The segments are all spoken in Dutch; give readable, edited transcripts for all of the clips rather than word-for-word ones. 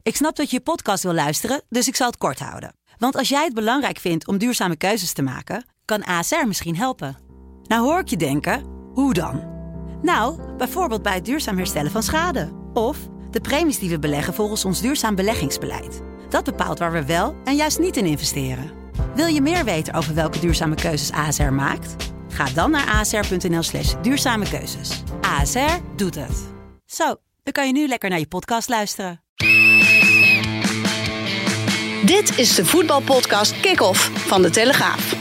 Ik snap dat je podcast wil luisteren, dus ik zal het kort houden. Want als jij het belangrijk vindt om duurzame keuzes te maken, kan ASR misschien helpen. Nou hoor ik je denken, hoe dan? Nou, bijvoorbeeld bij het duurzaam herstellen van schade. Of de premies die we beleggen volgens ons duurzaam beleggingsbeleid. Dat bepaalt waar we wel en juist niet in investeren. Wil je meer weten over welke duurzame keuzes ASR maakt? Ga dan naar asr.nl/duurzame keuzes. ASR doet het. Zo, dan kan je nu lekker naar je podcast luisteren. Dit is de voetbalpodcast Kick-Off van De Telegraaf.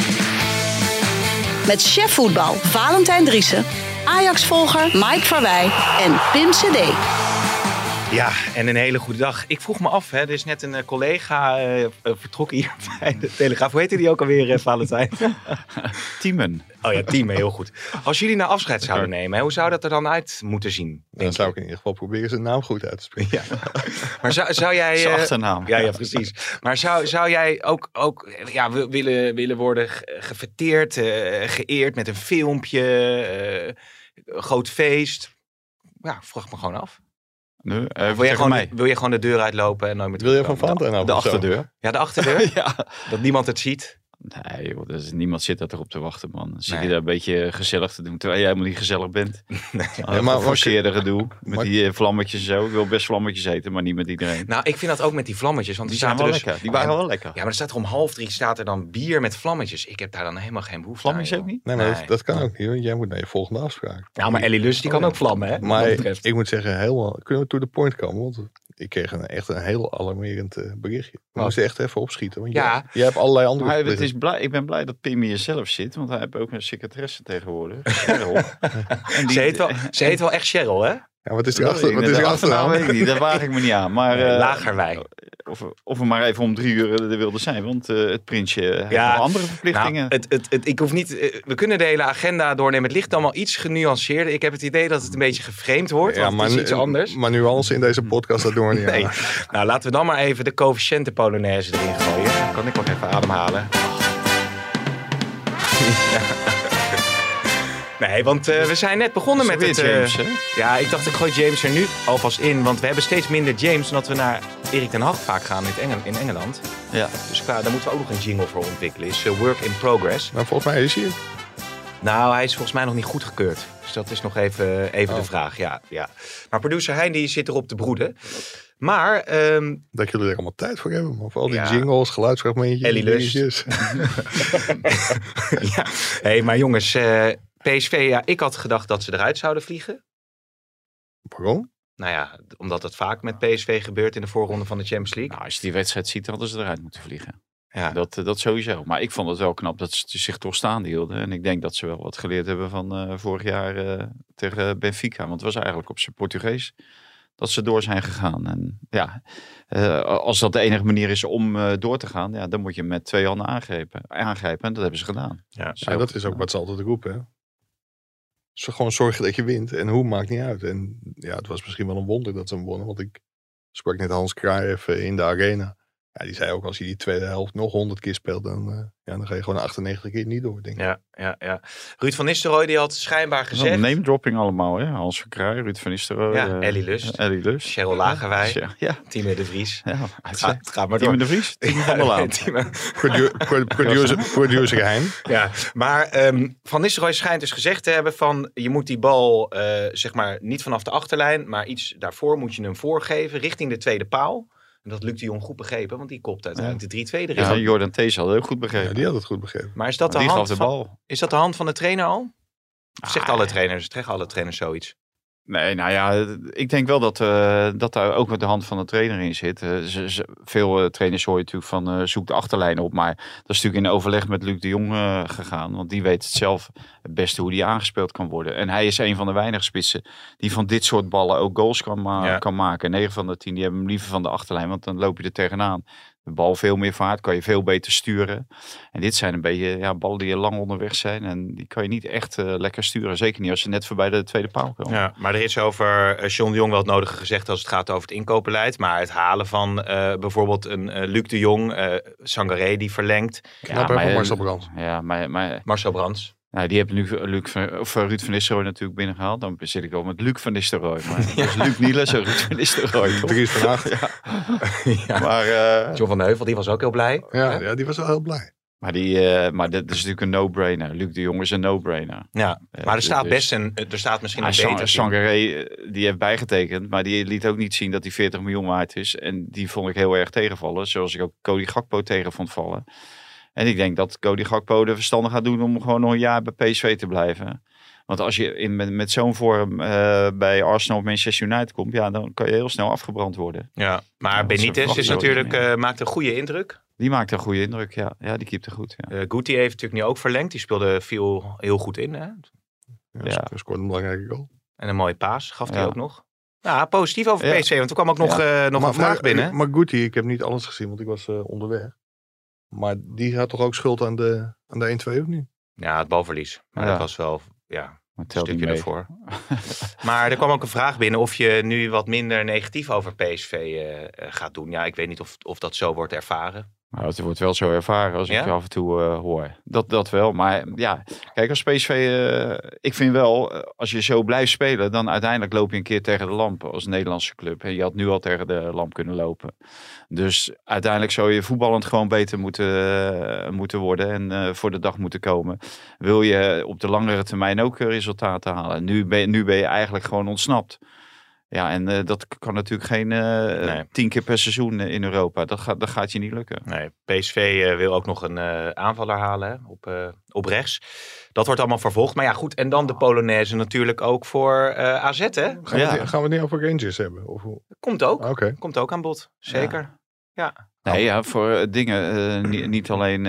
Met chef voetbal Valentijn Driessen, Ajax-volger Mike Verwij en Pim CD. Ja, en een hele goede dag. Ik vroeg me af, er is net een collega vertrokken hier bij De Telegraaf. Hoe heette die ook alweer, Valentijn? Teamen. Oh ja, Teamen, heel goed. Als jullie nou afscheid zouden nemen, hoe zou dat er dan uit moeten zien? Dan zou ik in ieder geval proberen zijn naam goed uit te spreken. Ja. Maar zou jij... Zijn achternaam. Ja, precies. Maar zou jij ook willen worden gefeteerd, geëerd met een filmpje, groot feest? Ja, vraag me gewoon af. Nee, wil je gewoon de deur uitlopen en nooit meer Wil je van Valentijn af? De achterdeur. Ja, de achterdeur? Ja. Dat niemand het ziet? Nee, joh, niemand zit daar erop te wachten, man. Dan zit je daar een beetje gezellig te doen, terwijl jij helemaal niet gezellig bent. Nee. Maar forceerde gedoe, met die vlammetjes en zo. Ik wil best vlammetjes eten, maar niet met iedereen. Nou, ik vind dat ook met die vlammetjes. Want die zijn wel lekker. Die waren wel lekker. Ja, maar er staat er om 2:30 staat er dan bier met vlammetjes. Ik heb daar dan helemaal geen behoefte aan. Vlammetjes ook niet? Nee, maar dat kan ook niet, want jij moet naar je volgende afspraak. Ja, maar Ellie Lus, die kan ook vlammen, hè? Maar ik moet zeggen, kunnen we to the point komen? Want ik kreeg echt een heel alarmerend berichtje. We moesten echt even opschieten. Want jij hebt allerlei andere... Maar ik ben blij dat Pim hier zelf zit, want hij heeft ook een secretaresse tegenwoordig. Ze heet wel echt Cheryl, hè? Ja, wat is er achternaam? Weet ik niet, daar waag ik me niet aan. Maar, Lagerwij. Of we maar even om 3 uur er wilden zijn, want het prinsje heeft nog andere verplichtingen. Nou, ik hoef niet... we kunnen de hele agenda doornemen. Het ligt allemaal iets genuanceerder. Ik heb het idee dat het een beetje geframed wordt, want het is iets anders. Maar nuance in deze podcast, dat doen we niet aan. Nou, laten we dan maar even de coëfficiënten Polonaise erin gooien. Dan kan ik ook even ademhalen. Nee, want we zijn net begonnen met het... James, hè? Ja, ik dacht ik gooi James er nu alvast in. Want we hebben steeds minder James omdat we naar Erik ten Hag vaak gaan in Engeland. Ja. Dus daar moeten we ook nog een jingle voor ontwikkelen. Is work in progress. Maar volgens mij is hij. Nou, hij is volgens mij nog niet goedgekeurd. Dus dat is nog even de vraag. Ja. Maar producer Hein die zit erop te broeden. Maar... dat jullie er allemaal tijd voor hebben. Of al die jingles, geluidsfragmentjes. Ellie Lus. Ja. Hey, maar jongens... PSV, ik had gedacht dat ze eruit zouden vliegen. Waarom? Nou ja, omdat het vaak met PSV gebeurt in de voorronde van de Champions League. Nou, als je die wedstrijd ziet, hadden ze eruit moeten vliegen. Ja. Dat sowieso. Maar ik vond het wel knap dat ze zich toch staande hielden. En ik denk dat ze wel wat geleerd hebben van vorig jaar tegen Benfica. Want het was eigenlijk op zijn Portugees dat ze door zijn gegaan. En ja, als dat de enige manier is om door te gaan, ja, dan moet je met 2 handen aangrijpen. En dat hebben ze gedaan. Ja, dat is ook wat ze altijd roepen, hè? Dus gewoon zorgen dat je wint. En hoe maakt niet uit. En ja, het was misschien wel een wonder dat ze hem wonnen. Want ik sprak net Hans Kraaij in de arena. Ja, die zei ook, als je die tweede helft nog 100 keer speelt, dan ga je gewoon 98 keer niet door, denk ik. Ja. Ruud van Nistelrooy, die had schijnbaar gezegd... Name dropping allemaal, hè? Hans Kraaij, Ruud van Nistelrooy. Ja, Ellie Lus. Cheryl Lagerwij. Ja. Timo de Vries. Ja, het gaat maar door. Timo de Vries. Timo van der Laan. Producer Hein. Ja, maar Van Nistelrooy schijnt dus gezegd te hebben van... je moet die bal, zeg maar, niet vanaf de achterlijn... maar iets daarvoor moet je hem voorgeven richting de tweede paal... En dat lukt de Jong goed begrepen, want die kopt uiteindelijk de 3-2 erin. Ja, Jordan Thees had het ook goed begrepen. Ja, die had het goed begrepen. Maar is dat is dat de hand van de trainer al? Of zegt zeggen alle trainers zoiets? Nee, nou ja, ik denk wel dat daar ook met de hand van de trainer in zit. Veel trainers hoor je natuurlijk van zoek de achterlijn op. Maar dat is natuurlijk in overleg met Luc de Jong gegaan. Want die weet het zelf het beste hoe die aangespeeld kan worden. En hij is een van de weinige spitsen die van dit soort ballen ook goals kan maken. 9 van de 10 die hebben hem liever van de achterlijn. Want dan loop je er tegenaan. De bal veel meer vaart, kan je veel beter sturen. En dit zijn een beetje ballen die lang onderweg zijn. En die kan je niet echt lekker sturen. Zeker niet als je net voorbij de tweede paal komt. Ja, maar er is over John de Jong wel het nodige gezegd als het gaat over het inkoopbeleid. Maar het halen van bijvoorbeeld een Luc de Jong, Sangaré die verlengt. Ja, maar Marcel Brands. Marcel Brands. Nou, die hebben nu Ruud van Nistelrooy natuurlijk binnengehaald. Dan zit ik al met Luc van Nistelrooy. Maar dus Luc Niels en Ruud van Nistelrooy. Dries van Acht. Ja. Maar, John van de Heuvel, die was ook heel blij. Ja, die was wel heel blij. maar dit is natuurlijk een no-brainer. Luc de Jong is een no-brainer. Ja, maar er staat dus- er staat misschien een beter team. Sangaré, die heeft bijgetekend. Maar die liet ook niet zien dat hij 40 miljoen waard is. En die vond ik heel erg tegenvallen. Zoals ik ook Cody Gakpo tegen vond vallen. En ik denk dat Cody Gakpo de verstandig gaat doen om gewoon nog een jaar bij PSV te blijven. Want als je met zo'n vorm bij Arsenal of Manchester United komt, ja, dan kan je heel snel afgebrand worden. Ja, maar Ja, Benitez is zo- natuurlijk, maakt een goede indruk. Die maakt een goede indruk, ja. Ja, die keept er goed. Ja. Guti heeft natuurlijk nu ook verlengd. Die viel heel goed in. Hè? Ja. Scoort een belangrijke goal. En een mooie paas gaf hij Ja. ook nog. Ja, positief over Ja. PSV. Want toen kwam ook nog een vraag binnen. Maar Guti, ik heb niet alles gezien, want ik was onderweg. Maar die had toch ook schuld aan de 1-2 of niet? Ja, het balverlies. Maar Ja. dat was wel Maar een telt niet stukje mee. ervoor. Maar er kwam ook een vraag binnen of je nu wat minder negatief over PSV gaat doen. Ja, ik weet niet of dat zo wordt ervaren. Nou, het wordt wel zo ervaren als ik Ja? je af en toe hoor. Dat wel. Maar ja, kijk, als PSV... ik vind wel, als je zo blijft spelen, dan uiteindelijk loop je een keer tegen de lamp als Nederlandse club. En je had nu al tegen de lamp kunnen lopen. Dus uiteindelijk zou je voetballend gewoon beter moeten worden en voor de dag moeten komen. Wil je op de langere termijn ook resultaten halen. Nu ben je eigenlijk gewoon ontsnapt. Ja, en dat kan natuurlijk geen 10 keer per seizoen in Europa. Dat gaat je niet lukken. Nee, PSV wil ook nog een aanvaller halen hè, op rechts. Dat wordt allemaal vervolgd. Maar ja, goed. En dan de Polonaise natuurlijk ook voor AZ, hè? Gaan we het niet over Rangers hebben? Of hoe? Komt ook. Oké. Komt ook aan bod. Zeker. Ja. Nee, ja, voor dingen. Niet alleen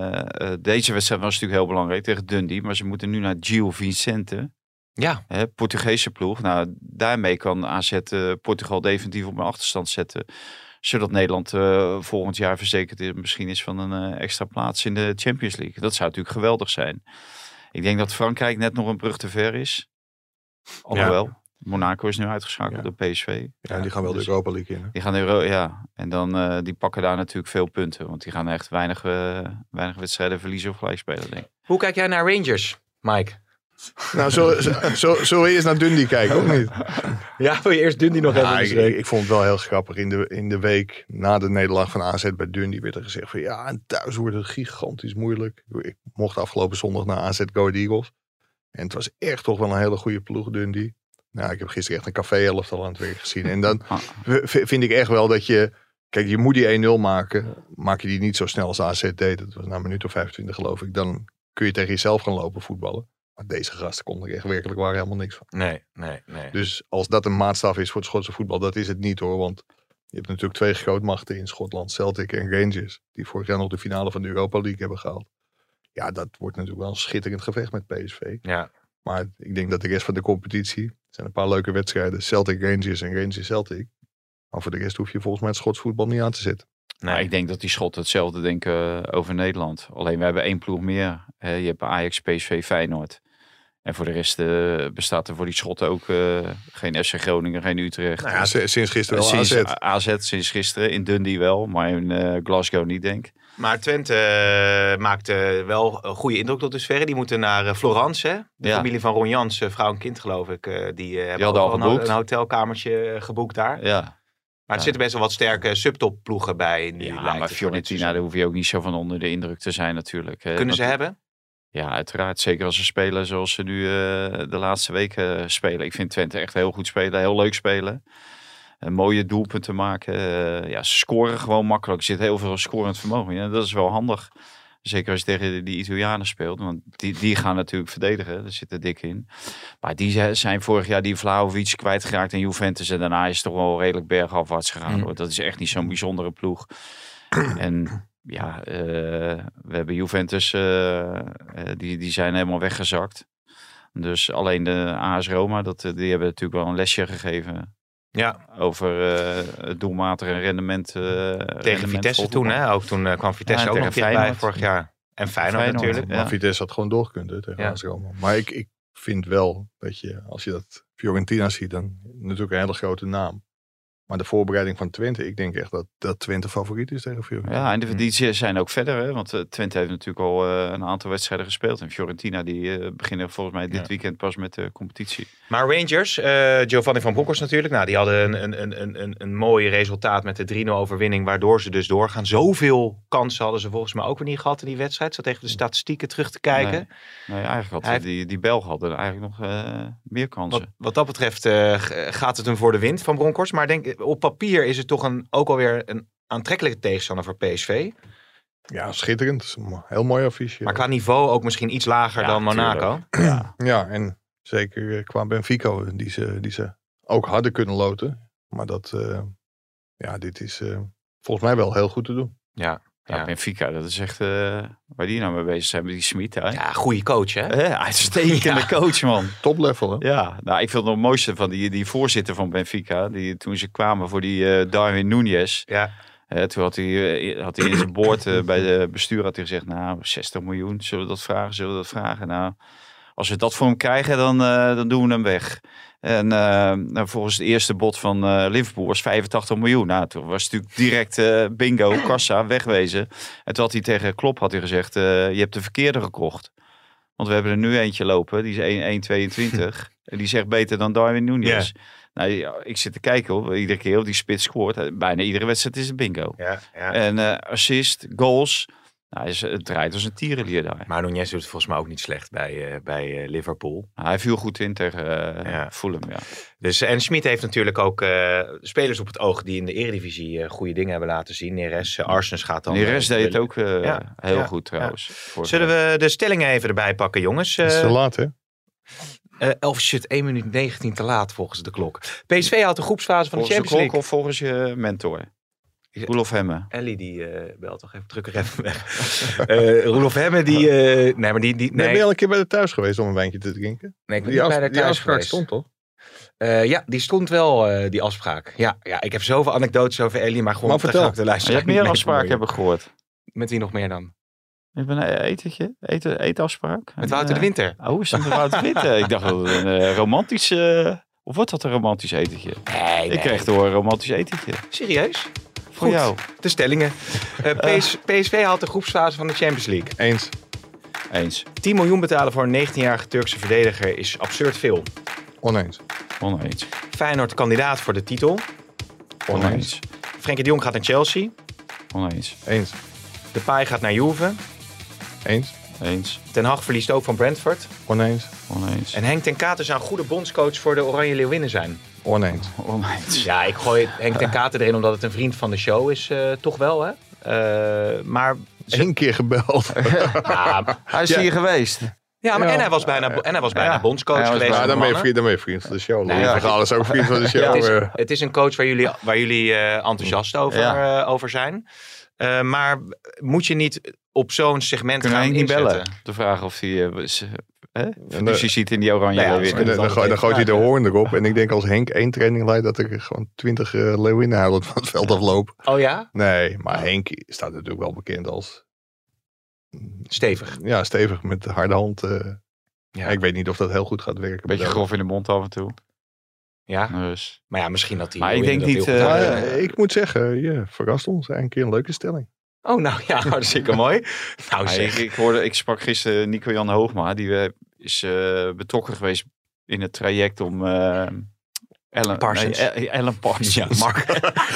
deze wedstrijd was natuurlijk heel belangrijk tegen Dundee. Maar ze moeten nu naar Gil Vicente. Ja. Portugese ploeg. Nou, daarmee kan AZ Portugal definitief op een achterstand zetten. Zodat Nederland volgend jaar verzekerd misschien is van een extra plaats in de Champions League. Dat zou natuurlijk geweldig zijn. Ik denk dat Frankrijk net nog een brug te ver is. Alhoewel. Monaco is nu uitgeschakeld door PSV. Ja, die gaan wel de Dus Europa League in. Hè? die gaan ja. En dan die pakken daar natuurlijk veel punten. Want die gaan echt weinig wedstrijden verliezen of gelijk spelen, denk ik. Hoe kijk jij naar Rangers, Mike? Nou, zullen we eerst naar Dundee kijken, of niet? Ja, wil je eerst Dundee nog Ja, ik vond het wel heel grappig. In de week na de nederlaag van AZ bij Dundee werd er gezegd van ja, en thuis wordt het gigantisch moeilijk. Ik mocht afgelopen zondag naar AZ Go Ahead Eagles. En het was echt toch wel een hele goede ploeg, Dundee. Nou, ik heb gisteren echt een café-elftal aan het werk gezien. En dan vind ik echt wel dat je... Kijk, je moet die 1-0 maken. Maak je die niet zo snel als AZ deed. Dat was na een minuut of 25 geloof ik. Dan kun je tegen jezelf gaan lopen voetballen. Maar deze gasten konden er echt werkelijk waar helemaal niks van. Nee. Dus als dat een maatstaf is voor het Schotse voetbal, dat is het niet hoor. Want je hebt natuurlijk 2 grootmachten in Schotland, Celtic en Rangers. Die vorig jaar nog de finale van de Europa League hebben gehaald. Ja, dat wordt natuurlijk wel een schitterend gevecht met PSV. Ja. Maar ik denk dat de rest van de competitie, er zijn een paar leuke wedstrijden. Celtic Rangers en Rangers Celtic. Maar voor de rest hoef je volgens mij het Schots voetbal niet aan te zetten. Nou, ik denk dat die Schotten hetzelfde denken over Nederland. Alleen we hebben 1 ploeg meer. Je hebt Ajax, PSV, Feyenoord. En voor de rest bestaat er voor die Schotten ook geen FC Groningen, geen Utrecht. Nou ja, sinds gisteren wel sinds AZ. AZ sinds gisteren. In Dundee wel, maar in Glasgow niet, denk ik. Maar Twente maakte wel een goede indruk tot dusverre. Die moeten naar Florence, hè? De Ja. familie van Ron Jans, vrouw en kind geloof ik. Die hebben hadden ook al wel geboekt. een hotelkamertje geboekt daar. Ja, Maar er zitten best wel wat sterke subtopploegen bij. Nu lijkt maar het voor dit Fiorentina, seizoen. daar hoef je ook niet zo van onder de indruk te zijn natuurlijk. Kunnen ze hebben? Ja, uiteraard. Zeker als ze spelen zoals ze nu de laatste weken spelen. Ik vind Twente echt heel goed spelen, heel leuk spelen. Mooie doelpunten maken. Ja, ze scoren gewoon makkelijk. Er zit heel veel scorend vermogen in. Ja, dat is wel handig. Zeker als je tegen die Italianen speelt. Want die gaan natuurlijk verdedigen. Daar zit er dik in. Maar die zijn vorig jaar die Vlahovic kwijtgeraakt in Juventus. En daarna is het toch wel redelijk bergafwaarts gegaan. Hoor. Dat is echt niet zo'n bijzondere ploeg. En ja, we hebben Juventus. Die zijn helemaal weggezakt. Dus alleen de AS Roma, die hebben natuurlijk wel een lesje gegeven. Ja, Over het doelmatig en rendement. tegen Vitesse toen, hè? Ook toen kwam Vitesse Ja, ook tegen nog dichtbij Feyenoord. vorig jaar. En Feyenoord natuurlijk. Ja. Maar Vitesse had gewoon doorgekund hè, tegen Ja. AS Roma. Maar ik vind wel dat je, als je dat Fiorentina ziet, dan natuurlijk een hele grote naam. Maar de voorbereiding van Twente, ik denk echt dat Twente favoriet is tegen Fiorentina. Ja, en die zijn ook verder. Hè? Want Twente heeft natuurlijk al een aantal wedstrijden gespeeld. En Fiorentina die beginnen volgens mij dit weekend pas met de competitie. Maar Rangers, Giovanni van Bronckhorst natuurlijk. Nou, die hadden een mooi resultaat met de 3-0 overwinning. Waardoor ze dus doorgaan. Zoveel kansen hadden ze volgens mij ook weer niet gehad in die wedstrijd. Zat even de statistieken terug te kijken. Nee, eigenlijk had die Belgen hadden eigenlijk nog meer kansen. Wat dat betreft gaat het hem voor de wind van Bronckhorst. Maar denk op papier is het toch ook alweer een aantrekkelijke tegenstander voor PSV. Ja, schitterend. Het is een heel mooi affiche. Maar qua niveau ook misschien iets lager dan Monaco. Ja, en zeker qua Benfica, die ze ook hadden kunnen loten. Maar dit is volgens mij wel heel goed te doen. Ja. Benfica, dat is echt waar die nou mee bezig zijn met die Smit. Ja, goede coach hè? Uitstekende coach man. Top level hè? Ja, nou ik vind het nog het mooiste van die voorzitter van Benfica. Toen ze kwamen voor die Darwin Núñez. Ja. Toen had hij in zijn boord bij de bestuur had hij gezegd, nou 60 miljoen, zullen we dat vragen? Nou, als we dat voor hem krijgen, dan doen we hem weg. En volgens het eerste bod van Liverpool was 85 miljoen. Nou, toen was het natuurlijk direct bingo, kassa, wegwezen. En toen had hij tegen Klopp gezegd, je hebt de verkeerde gekocht. Want we hebben er nu eentje lopen, die is 1,22. En die zegt beter dan Darwin Núñez. Yeah. Nou, ik zit te kijken iedere keer of die spits scoort. Bijna iedere wedstrijd is het bingo. Ja. En assist, goals. Nou, het draait als een tierenlier daar. Maar Núñez doet het volgens mij ook niet slecht bij Liverpool. Hij viel goed in tegen Fulham, ja. Dus, en Schmid heeft natuurlijk ook spelers op het oog die in de Eredivisie goede dingen hebben laten zien. Neres, Arsens gaat dan... Neres deed het ook heel goed trouwens. Ja. Zullen we de stellingen even erbij pakken, jongens? Het is te laat, hè? 1 minuut 19 te laat volgens de klok. PSV had de groepsfase van de Champions League. Of volgens je mentor? Roelof Hemme. Ellie die belt toch even, druk er even weg. Roelof Hemme die... Ben je al een keer bij de thuis geweest om een wijntje te drinken? Nee, ik ben niet bij de thuis geweest. Stond toch? Ja, die stond wel, die afspraak. Ja, ik heb zoveel anekdotes over Ellie, maar gewoon... Maar vertel. De lijst. Je hebt meer afspraken hebben gehoord. Met wie nog meer dan? Ik ben een eetafspraak. Met Wouter de Winter. Oh, is dat met Wouter de Winter? Ik dacht dat het een romantisch... of wordt dat een romantisch etentje? Nee. Ik kreeg door een romantisch etentje. Serieus? Voor jou. De stellingen. PSV haalt de groepsfase van de Champions League. Eens. 10 miljoen betalen voor een 19-jarige Turkse verdediger is absurd veel. Oneens. Feyenoord kandidaat voor de titel. Oneens. Frenkie de Jong gaat naar Chelsea. Oneens. Eens. Depay gaat naar Juve. Eens. Ten Hag verliest ook van Brentford. Oneens. En Henk ten Katen zou een goede bondscoach voor de Oranje Leeuwinnen zijn. Oneens. Ja, ik gooi Henk ten Katen erin omdat het een vriend van de show is. Toch wel, hè? Maar... 1 keer gebeld. Hij is hier geweest. Ja, maar en hij was bijna bondscoach geweest. Ja, dan ben je vriend van de show. Nee, alles ook vriend van de show. Het is een coach waar jullie enthousiast over zijn. Maar moet je niet op zo'n segment kunnen gaan inzetten? Bellen? Te vragen of hij functie ziet in die Oranje Leeuwinnen. Dan gooit hij de hoorn erop. En ik denk als Henk 1 training leidt dat er gewoon 20 Leeuwinnen huilend van het veld aflopen. Oh ja? Nee, maar Henk staat natuurlijk wel bekend als... Stevig. Ja, stevig met de harde hand. Ik weet niet of dat heel goed gaat werken. Beetje grof in de mond af en toe. Ja, dus. Maar ja, misschien dat hij... Maar ik denk niet... ik moet zeggen, je verrast ons. Een keer een leuke stelling. Oh, nou ja, hartstikke mooi. Nou, ik sprak gisteren Nico-Jan Hoogma. Die is betrokken geweest in het traject om... Ellen Parsons. Ja, Mark.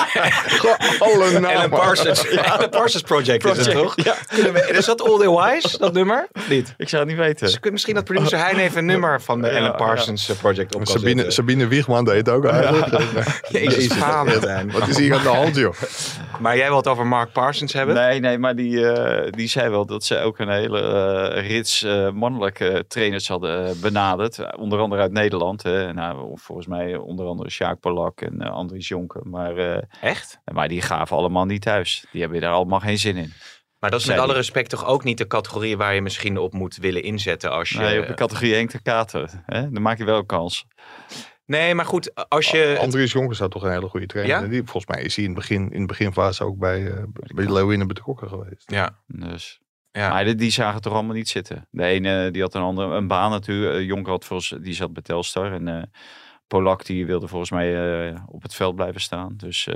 Ellen Parsons. Ellen Parsons Project is het toch? Ja. Is dat All The Wise, dat nummer? Niet? Ik zou het niet weten. Dus misschien dat producer Hein even een nummer van de Ellen Parsons Project op kan zetten. Sabine Wiegman deed ook eigenlijk. Jezus, Valentijn. Wat is hier aan de hand, joh? Maar jij wil het over Mark Parsons hebben? Nee, maar die zei wel dat ze ook een hele rits mannelijke trainers hadden benaderd. Onder andere uit Nederland. Volgens mij onder andere Sjaak Polak en Andries Jonker. Maar, echt? Maar die gaven allemaal niet thuis. Die hebben daar allemaal geen zin in. Maar dat is met alle respect toch ook niet de categorie waar je misschien op moet willen inzetten als je... Nee, op de categorie Henk ten Katen. Dan maak je wel een kans. Nee, maar goed, als je... Andries Jonker zou toch een hele goede trainer. Ja? Die, volgens mij is hij in de beginfase ook bij Leeuwinnen betrokken geweest. Ja. Dus... Ja. Maar die zagen toch allemaal niet zitten. De ene die had een baan natuurlijk. Jonker die zat bij Telstar. En Polak die wilde volgens mij op het veld blijven staan.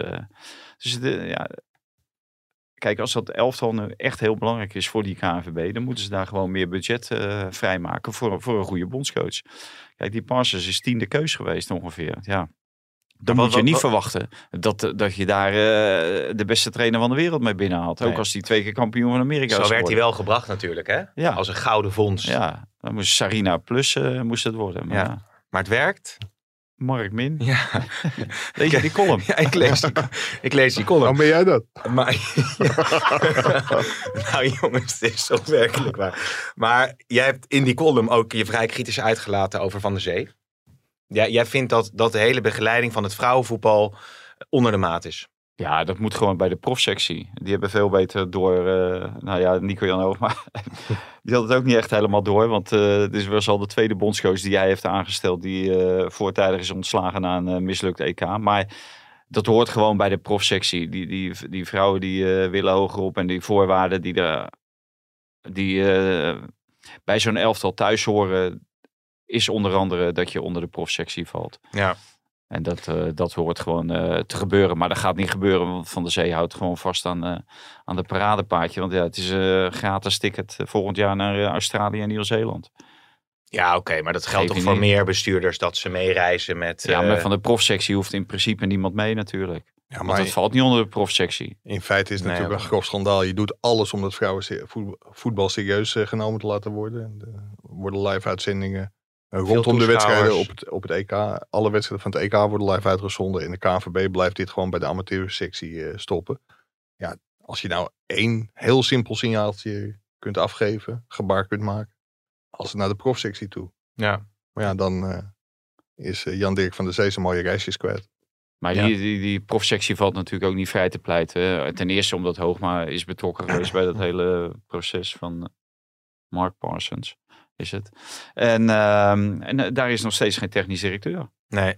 Kijk, als dat elftal nu echt heel belangrijk is voor die KNVB, dan moeten ze daar gewoon meer budget vrijmaken voor een goede bondscoach. Kijk, die Parsons is 10e keus geweest ongeveer. Ja. Dan moet je niet verwachten dat je daar de beste trainer van de wereld mee binnenhaalt. Nee. Ook als die 2 keer kampioen van Amerika is. Zo werd hij wel gebracht natuurlijk, hè? Ja. Als een gouden vondst. Ja, dan moest Sarina Plus moest het worden. Maar, maar het werkt. Mark Min. Ja. Lees je die column? Ja, ik lees die column. Hoe ben jij dat? Maar, nou jongens, het is toch werkelijk waar. Maar jij hebt in die column ook je vrij kritisch uitgelaten over Van der Zee. Jij vindt dat de hele begeleiding van het vrouwenvoetbal onder de maat is. Ja, dat moet gewoon bij de profsectie. Die hebben veel beter door... Nico-Jan Hoogma. Die had het ook niet echt helemaal door. Want dit was al de tweede bondscoach die hij heeft aangesteld. Die voortijdig is ontslagen na een mislukt EK. Maar dat hoort gewoon bij de profsectie. Die vrouwen die willen hogerop. En die voorwaarden die bij zo'n elftal thuis horen, is onder andere dat je onder de profsectie valt. Ja. En dat hoort gewoon te gebeuren. Maar dat gaat niet gebeuren, want Van der Zee houdt gewoon vast aan de paradepaardje. Want het is gratis ticket volgend jaar naar Australië en Nieuw-Zeeland. Ja, oké, maar dat geldt toch voor meer bestuurders dat ze meereizen met... Ja, maar van de profsectie hoeft in principe niemand mee natuurlijk. Ja, maar want dat valt niet onder de profsectie. In feite is het natuurlijk een grof schandaal. Je doet alles om het vrouwenvoetbal serieus genomen te laten worden. Er worden live uitzendingen rondom de wedstrijden op het EK. Alle wedstrijden van het EK worden live uitgezonden. In de KNVB blijft dit gewoon bij de amateursectie stoppen. Ja, als je nou 1 heel simpel signaaltje kunt afgeven, gebaar kunt maken, als het naar de profsectie toe. Ja. Maar ja, dan is Jan-Dirk van der Zee zijn mooie reisjes kwijt. Maar die profsectie valt natuurlijk ook niet vrij te pleiten. Ten eerste omdat Hoogma is betrokken geweest bij dat hele proces van Mark Parsons. Is het. En daar is nog steeds geen technisch directeur. Nee.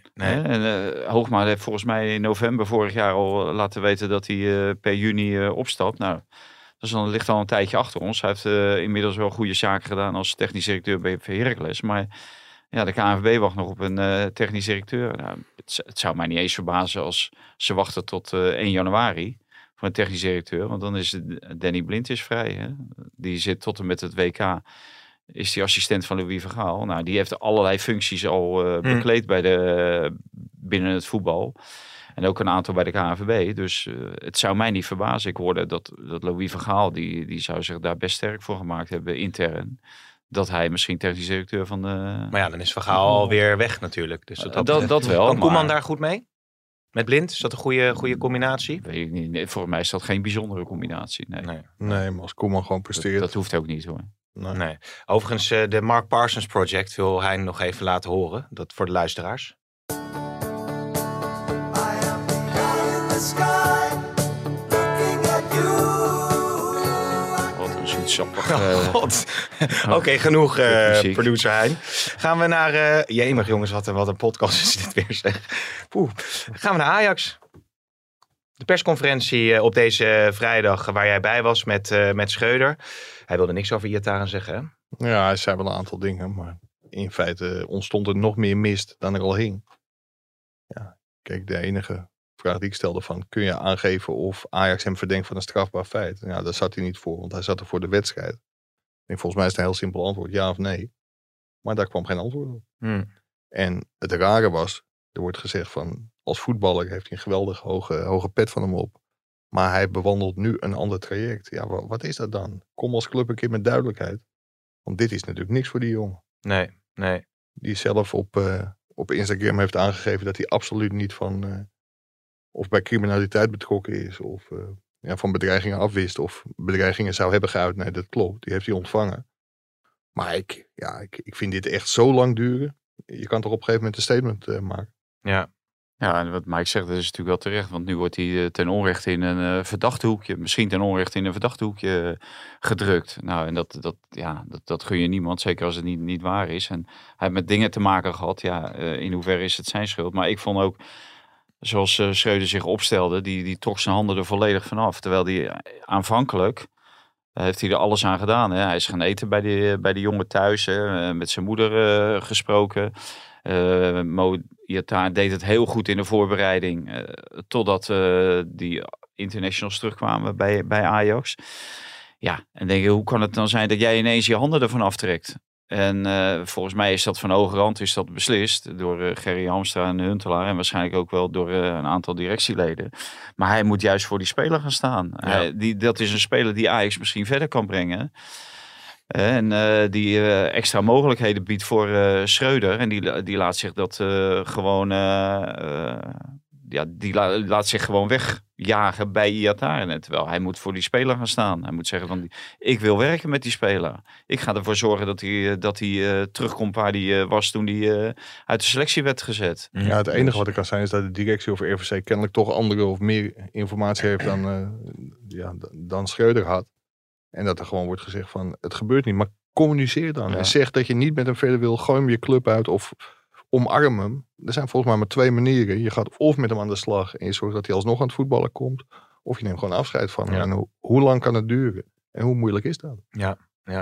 Hoogma heeft volgens mij in november vorig jaar al laten weten dat hij per juni opstapt. Nou, dat ligt al een tijdje achter ons. Hij heeft inmiddels wel goede zaken gedaan als technisch directeur bij Heracles. Maar ja, de KNVB wacht nog op een technisch directeur. Nou, het zou mij niet eens verbazen als ze wachten tot 1 januari voor een technisch directeur. Want dan is Danny Blind is vrij. Hè? Die zit tot en met het WK. Is die assistent van Louis van Gaal. Nou, die heeft allerlei functies al bekleed binnen het voetbal. En ook een aantal bij de KNVB. Dus het zou mij niet verbazen. Ik hoorde dat Louis van Gaal, die zou zich daar best sterk voor gemaakt hebben intern. Dat hij misschien technisch directeur van de... Maar ja, dan is Van Gaal alweer weg natuurlijk. Dus dat wel. Kan Koeman daar goed mee? Met Blind? Is dat een goede combinatie? Weet ik niet. Nee, voor mij is dat geen bijzondere combinatie. Nee, maar als Koeman gewoon presteert. Dat hoeft ook niet hoor. Nee. Overigens, de Mark Parsons Project wil hij nog even laten horen. Dat voor de luisteraars. Wat een zoetsappig. Oké, genoeg producer Hein. Gaan we naar... jemig jongens, wat een podcast is dit weer zeg. Gaan we naar Ajax. De persconferentie op deze vrijdag waar jij bij was met Schreuder. Hij wilde niks over Iataren zeggen, hè? Ja, hij zei wel een aantal dingen, maar in feite ontstond er nog meer mist dan er al hing. Ja, kijk, de enige vraag die ik stelde van, kun je aangeven of Ajax hem verdenkt van een strafbaar feit? Ja, daar zat hij niet voor, want hij zat er voor de wedstrijd. En volgens mij is het een heel simpel antwoord, ja of nee. Maar daar kwam geen antwoord op. En het rare was, er wordt gezegd van, als voetballer heeft hij een geweldig hoge pet van hem op. Maar hij bewandelt nu een ander traject. Ja, wat is dat dan? Kom als club een keer met duidelijkheid. Want dit is natuurlijk niks voor die jongen. Nee. Die zelf op Instagram heeft aangegeven dat hij absoluut niet van... of bij criminaliteit betrokken is. Of van bedreigingen afwist. Of bedreigingen zou hebben geuit. Nee, dat klopt. Die heeft hij ontvangen. Maar ik vind dit echt zo lang duren. Je kan toch op een gegeven moment een statement maken. Ja, en wat Mike zegt, dat is natuurlijk wel terecht. Want nu wordt hij ten onrechte in een verdachte hoekje, misschien ten onrechte in een verdachte hoekje gedrukt. Nou, en dat gun je niemand, zeker als het niet waar is. En hij heeft met dingen te maken gehad. Ja, in hoeverre is het zijn schuld? Maar ik vond ook, zoals Schreuder zich opstelde, die trok zijn handen er volledig vanaf. Terwijl die aanvankelijk heeft hij er alles aan gedaan. Hè? Hij is gaan eten bij de jongen thuis, met zijn moeder gesproken. Mo Iataren deed het heel goed in de voorbereiding. Totdat die internationals terugkwamen bij Ajax. Ja, en denk je, hoe kan het dan zijn dat jij ineens je handen ervan aftrekt? En volgens mij is dat van hoge rand is dat beslist door Gerry Hamstra en Huntelaar. En waarschijnlijk ook wel door een aantal directieleden. Maar hij moet juist voor die speler gaan staan. Ja. Dat is een speler die Ajax misschien verder kan brengen. En die extra mogelijkheden biedt voor Schreuder. En die laat zich dat gewoon... die laat zich gewoon wegjagen bij Iataren. Terwijl hij moet voor die speler gaan staan. Hij moet zeggen van, ik wil werken met die speler. Ik ga ervoor zorgen dat hij terugkomt waar hij was toen hij uit de selectie werd gezet. Ja, het enige wat ik kan zijn is dat de directie of RVC kennelijk toch andere of meer informatie heeft dan Schreuder had. En dat er gewoon wordt gezegd van, het gebeurt niet, maar communiceer dan. Ja. En zeg dat je niet met hem verder wil, gooi hem je club uit of omarm hem. Er zijn volgens mij maar 2 manieren. Je gaat of met hem aan de slag en je zorgt dat hij alsnog aan het voetballen komt. Of je neemt gewoon afscheid van hem. Ja. En hoe lang kan het duren? En hoe moeilijk is dat? Ja.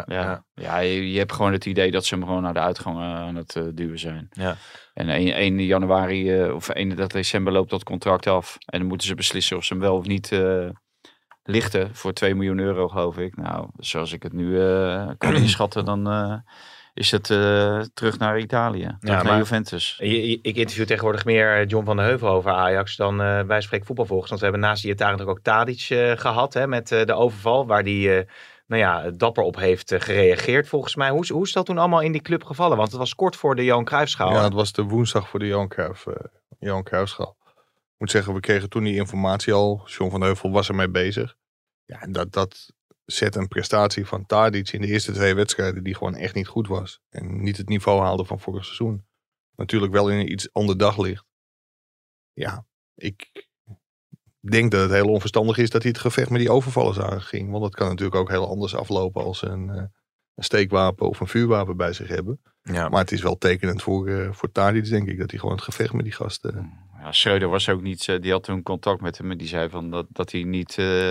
Je hebt gewoon het idee dat ze hem gewoon naar de uitgang aan het duwen zijn. Ja. En 1 januari of 31 december loopt dat contract af. En dan moeten ze beslissen of ze hem wel of niet lichten voor 2 miljoen euro, geloof ik. Nou, zoals ik het nu kan inschatten, dan is het terug naar Italië. Terug naar Juventus. Ik interview tegenwoordig meer John van der Heuvel over Ajax dan wij spreken voetbalvolgers. Want we hebben naast Iataren natuurlijk ook Tadic gehad met de overval. Waar die dapper op heeft gereageerd volgens mij. Hoe is dat toen allemaal in die club gevallen? Want het was kort voor de Johan Cruijffschaal. Ja, het was de woensdag voor de Johan Cruijffschaal. Ik moet zeggen, we kregen toen die informatie al. John van der Heuvel was ermee bezig. Ja, en dat zet een prestatie van Tadic in de eerste 2 wedstrijden die gewoon echt niet goed was. En niet het niveau haalde van vorig seizoen. Natuurlijk wel in een iets ander daglicht. Ja, ik denk dat het heel onverstandig is dat hij het gevecht met die overvallers aanging. Want dat kan natuurlijk ook heel anders aflopen als een steekwapen of een vuurwapen bij zich hebben. Ja. Maar het is wel tekenend voor Tadic, denk ik, dat hij gewoon het gevecht met die gasten... Ja, Schreuder was ook niet, die had toen contact met hem en die zei van dat hij niet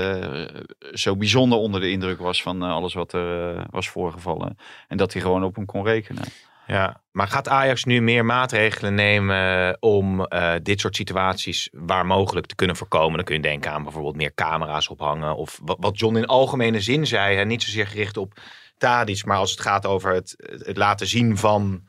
zo bijzonder onder de indruk was van alles wat er was voorgevallen. En dat hij gewoon op hem kon rekenen. Ja, maar gaat Ajax nu meer maatregelen nemen om dit soort situaties waar mogelijk te kunnen voorkomen? Dan kun je denken aan bijvoorbeeld meer camera's ophangen. Of wat John in algemene zin zei, hè, niet zozeer gericht op Tadic, maar als het gaat over het laten zien van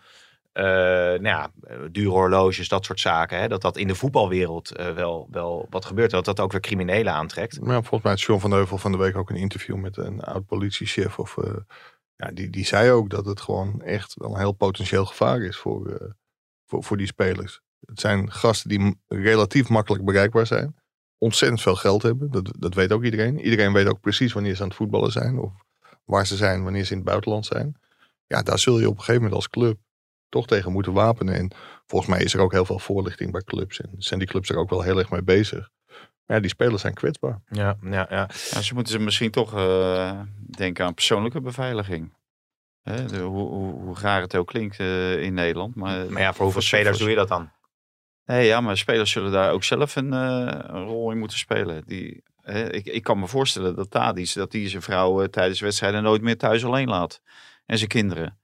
dure horloges, dat soort zaken. Hè, dat in de voetbalwereld wel wat gebeurt. Dat ook weer criminelen aantrekt. Ja, volgens mij had John van der Heuvel van de week ook een interview met een oud politiechef. Die zei ook dat het gewoon echt wel een heel potentieel gevaar is voor die spelers. Het zijn gasten die relatief makkelijk bereikbaar zijn. Ontzettend veel geld hebben. Dat weet ook iedereen. Iedereen weet ook precies wanneer ze aan het voetballen zijn. Of waar ze zijn wanneer ze in het buitenland zijn. Ja, daar zul je op een gegeven moment als club toch tegen moeten wapenen. En volgens mij is er ook heel veel voorlichting bij clubs. En zijn die clubs er ook wel heel erg mee bezig. Maar ja, die spelers zijn kwetsbaar. Ja, ze moeten misschien toch denken aan persoonlijke beveiliging. Hoe raar het ook klinkt in Nederland. Maar ja, voor hoeveel spelers doe je dat dan? Nee, ja, maar spelers zullen daar ook zelf een rol in moeten spelen. Ik kan me voorstellen dat Tadic, dat hij zijn vrouw tijdens wedstrijden nooit meer thuis alleen laat. En zijn kinderen.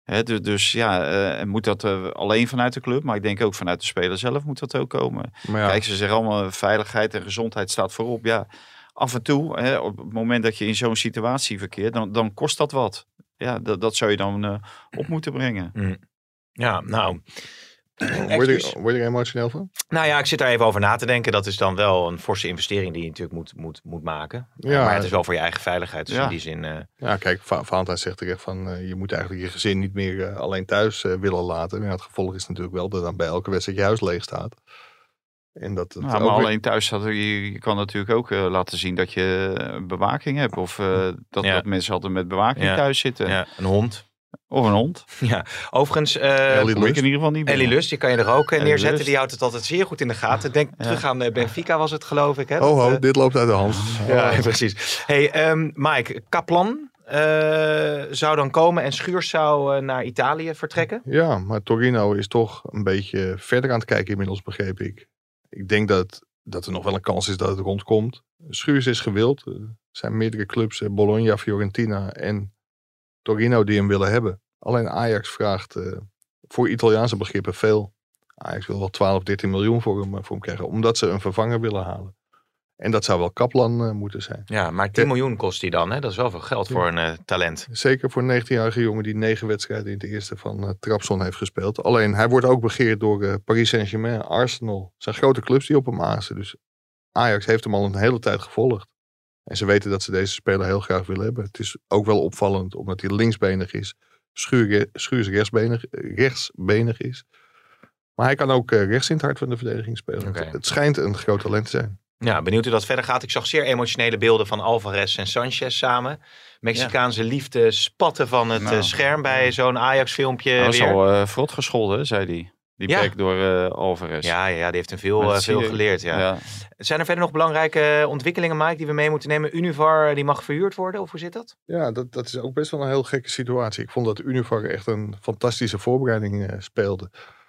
Moet dat alleen vanuit de club, maar ik denk ook vanuit de speler zelf moet dat ook komen. Maar ja. Kijk, ze zeggen allemaal veiligheid en gezondheid staat voorop. Ja, af en toe, op het moment dat je in zo'n situatie verkeert, dan kost dat wat. Ja, dat zou je dan op moeten brengen. Ja, nou... Word je er emotioneel van? Nou ja, ik zit daar even over na te denken. Dat is dan wel een forse investering die je natuurlijk moet maken. Ja, maar het is wel voor je eigen veiligheid. Dus in die zin... Ja, kijk, Valentijn zegt terecht van... je moet eigenlijk je gezin niet meer alleen thuis willen laten. Maar het gevolg is natuurlijk wel dat dan bij elke wedstrijd je huis leeg staat. En dat het maar alleen thuis staat, je kan natuurlijk ook laten zien dat je bewaking hebt. Of dat mensen altijd met bewaking thuis zitten. Ja, een hond. Of een hond. Ja, overigens... Ellie Lust. In ieder geval niet. Ellie Lust, die kan je er ook neerzetten. Lust. Die houdt het altijd zeer goed in de gaten. Denk terug aan Benfica was het, geloof ik. Hè? Dit loopt uit de hand. Ja, precies. Hey, Mike, Kaplan zou dan komen en Schuurs zou naar Italië vertrekken? Ja, maar Torino is toch een beetje verder aan het kijken inmiddels, begreep ik. Ik denk dat er nog wel een kans is dat het rondkomt. Schuurs is gewild. Er zijn meerdere clubs, Bologna, Fiorentina en Torino die hem willen hebben. Alleen Ajax vraagt voor Italiaanse begrippen veel. Ajax wil wel 12, 13 miljoen voor hem krijgen. Omdat ze een vervanger willen halen. En dat zou wel Kaplan moeten zijn. Ja, maar 10 miljoen kost hij dan. Hè? Dat is wel veel geld voor een talent. Zeker voor een 19-jarige jongen die 9 wedstrijden in het eerste van Trabzon heeft gespeeld. Alleen hij wordt ook begeerd door Paris Saint-Germain, Arsenal. Het zijn grote clubs die op hem azen. Dus Ajax heeft hem al een hele tijd gevolgd. En ze weten dat ze deze speler heel graag willen hebben. Het is ook wel opvallend omdat hij linksbenig is. Schuurs rechtsbenig is. Maar hij kan ook rechts in het hart van de verdediging spelen. Okay. Het schijnt een groot talent te zijn. Ja, benieuwd hoe dat verder gaat. Ik zag zeer emotionele beelden van Alvarez en Sanchez samen. Mexicaanse liefde spatten van het scherm bij zo'n Ajax-filmpje. Hij was al vrot gescholden, zei hij. Die bek door Alvarez. Ja, die heeft hem veel geleerd. Ja. Zijn er verder nog belangrijke ontwikkelingen, Mike, die we mee moeten nemen? Univar, die mag verhuurd worden, of hoe zit dat? Ja, dat is ook best wel een heel gekke situatie. Ik vond dat Univar echt een fantastische voorbereiding speelde.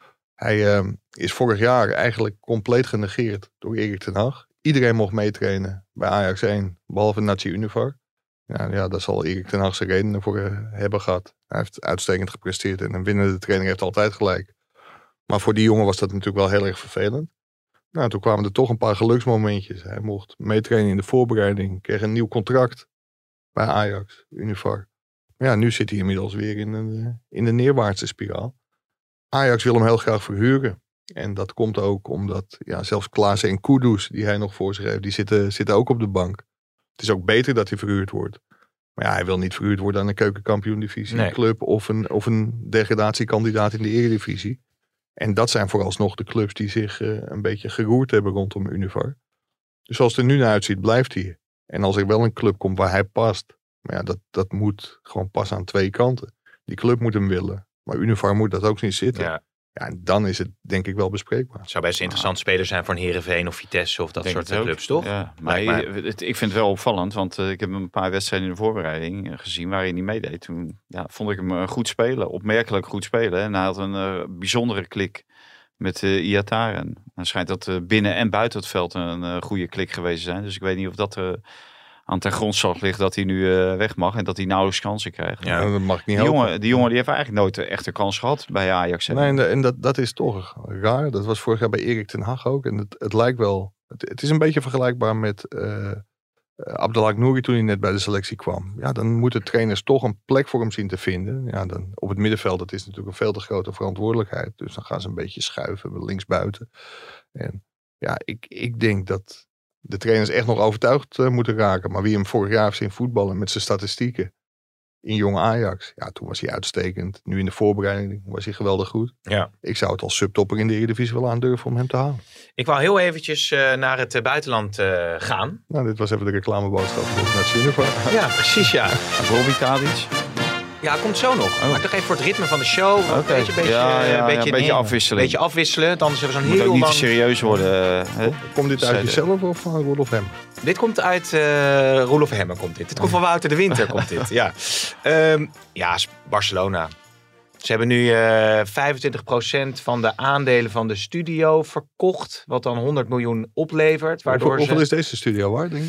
Hij is vorig jaar eigenlijk compleet genegeerd door Erik ten Hag. Iedereen mocht meetrainen bij Ajax 1, behalve Nachi Univar. Ja, daar zal Erik ten Hag zijn redenen voor hebben gehad. Hij heeft uitstekend gepresteerd en een winnende trainer heeft altijd gelijk. Maar voor die jongen was dat natuurlijk wel heel erg vervelend. Nou, toen kwamen er toch een paar geluksmomentjes. Hij mocht meetrainen in de voorbereiding, kreeg een nieuw contract bij Ajax, Univar. Maar ja, nu zit hij inmiddels weer in de neerwaartse spiraal. Ajax wil hem heel graag verhuren. En dat komt ook omdat zelfs Klaassen en Kudus, die hij nog voor zich heeft, die zitten ook op de bank. Het is ook beter dat hij verhuurd wordt. Maar ja, hij wil niet verhuurd worden aan een keukenkampioen-divisie club of een degradatiekandidaat in de eredivisie. En dat zijn vooralsnog de clubs die zich een beetje geroerd hebben rondom Univar. Dus zoals het er nu naar uitziet, blijft hij. En als er wel een club komt waar hij past, maar ja, dat moet gewoon passen aan twee kanten. Die club moet hem willen, maar Univar moet dat ook niet zitten. Ja, en dan is het denk ik wel bespreekbaar. Het zou best een interessant speler zijn voor een Heerenveen of Vitesse of dat soort clubs, toch? Ja, maar ik vind het wel opvallend, want ik heb een paar wedstrijden in de voorbereiding gezien waar hij niet meedeed. Toen vond ik hem goed spelen, opmerkelijk goed spelen. En hij had een bijzondere klik met Iataren. Dan schijnt dat binnen en buiten het veld een goede klik geweest zijn. Dus ik weet niet of dat aan ten grondslag ligt dat hij nu weg mag en dat hij nauwelijks kansen krijgt. Ja, dat mag ik niet die jongen die heeft eigenlijk nooit echt een kans gehad bij Ajax. Nee, en dat is toch raar. Dat was vorig jaar bij Erik ten Hag ook. En het lijkt wel... Het is een beetje vergelijkbaar met Abdelhak Nouri toen hij net bij de selectie kwam. Ja, dan moeten trainers toch een plek voor hem zien te vinden. Ja, dan op het middenveld, dat is natuurlijk een veel te grote verantwoordelijkheid. Dus dan gaan ze een beetje schuiven, linksbuiten. En ja, ik denk dat de trainers echt nog overtuigd moeten raken. Maar wie hem vorig jaar heeft zien voetballen met zijn statistieken in jonge Ajax. Ja, toen was hij uitstekend. Nu in de voorbereiding was hij geweldig goed. Ja. Ik zou het als subtopper in de Eredivisie wel aandurven om hem te halen. Ik wou heel eventjes naar het buitenland gaan. Nou, dit was even de reclameboodschap voor Nachi Univar. Ja, precies ja. Robbie Tadic. Ja, komt zo nog. Maar toch even voor het ritme van de show. Een beetje afwisselen. Een beetje afwisselen. Dan hebben we zo'n heel lang... niet te serieus worden. Komt dit uit jezelf of van Roelof Hemmen? Dit komt uit Roelof Hemmen. Dit komt van Wouter de Winter. Komt dit. Ja. Barcelona. Ze hebben nu 25% van de aandelen van de studio verkocht. Wat dan 100 miljoen oplevert. Hoeveel is deze studio waard, denk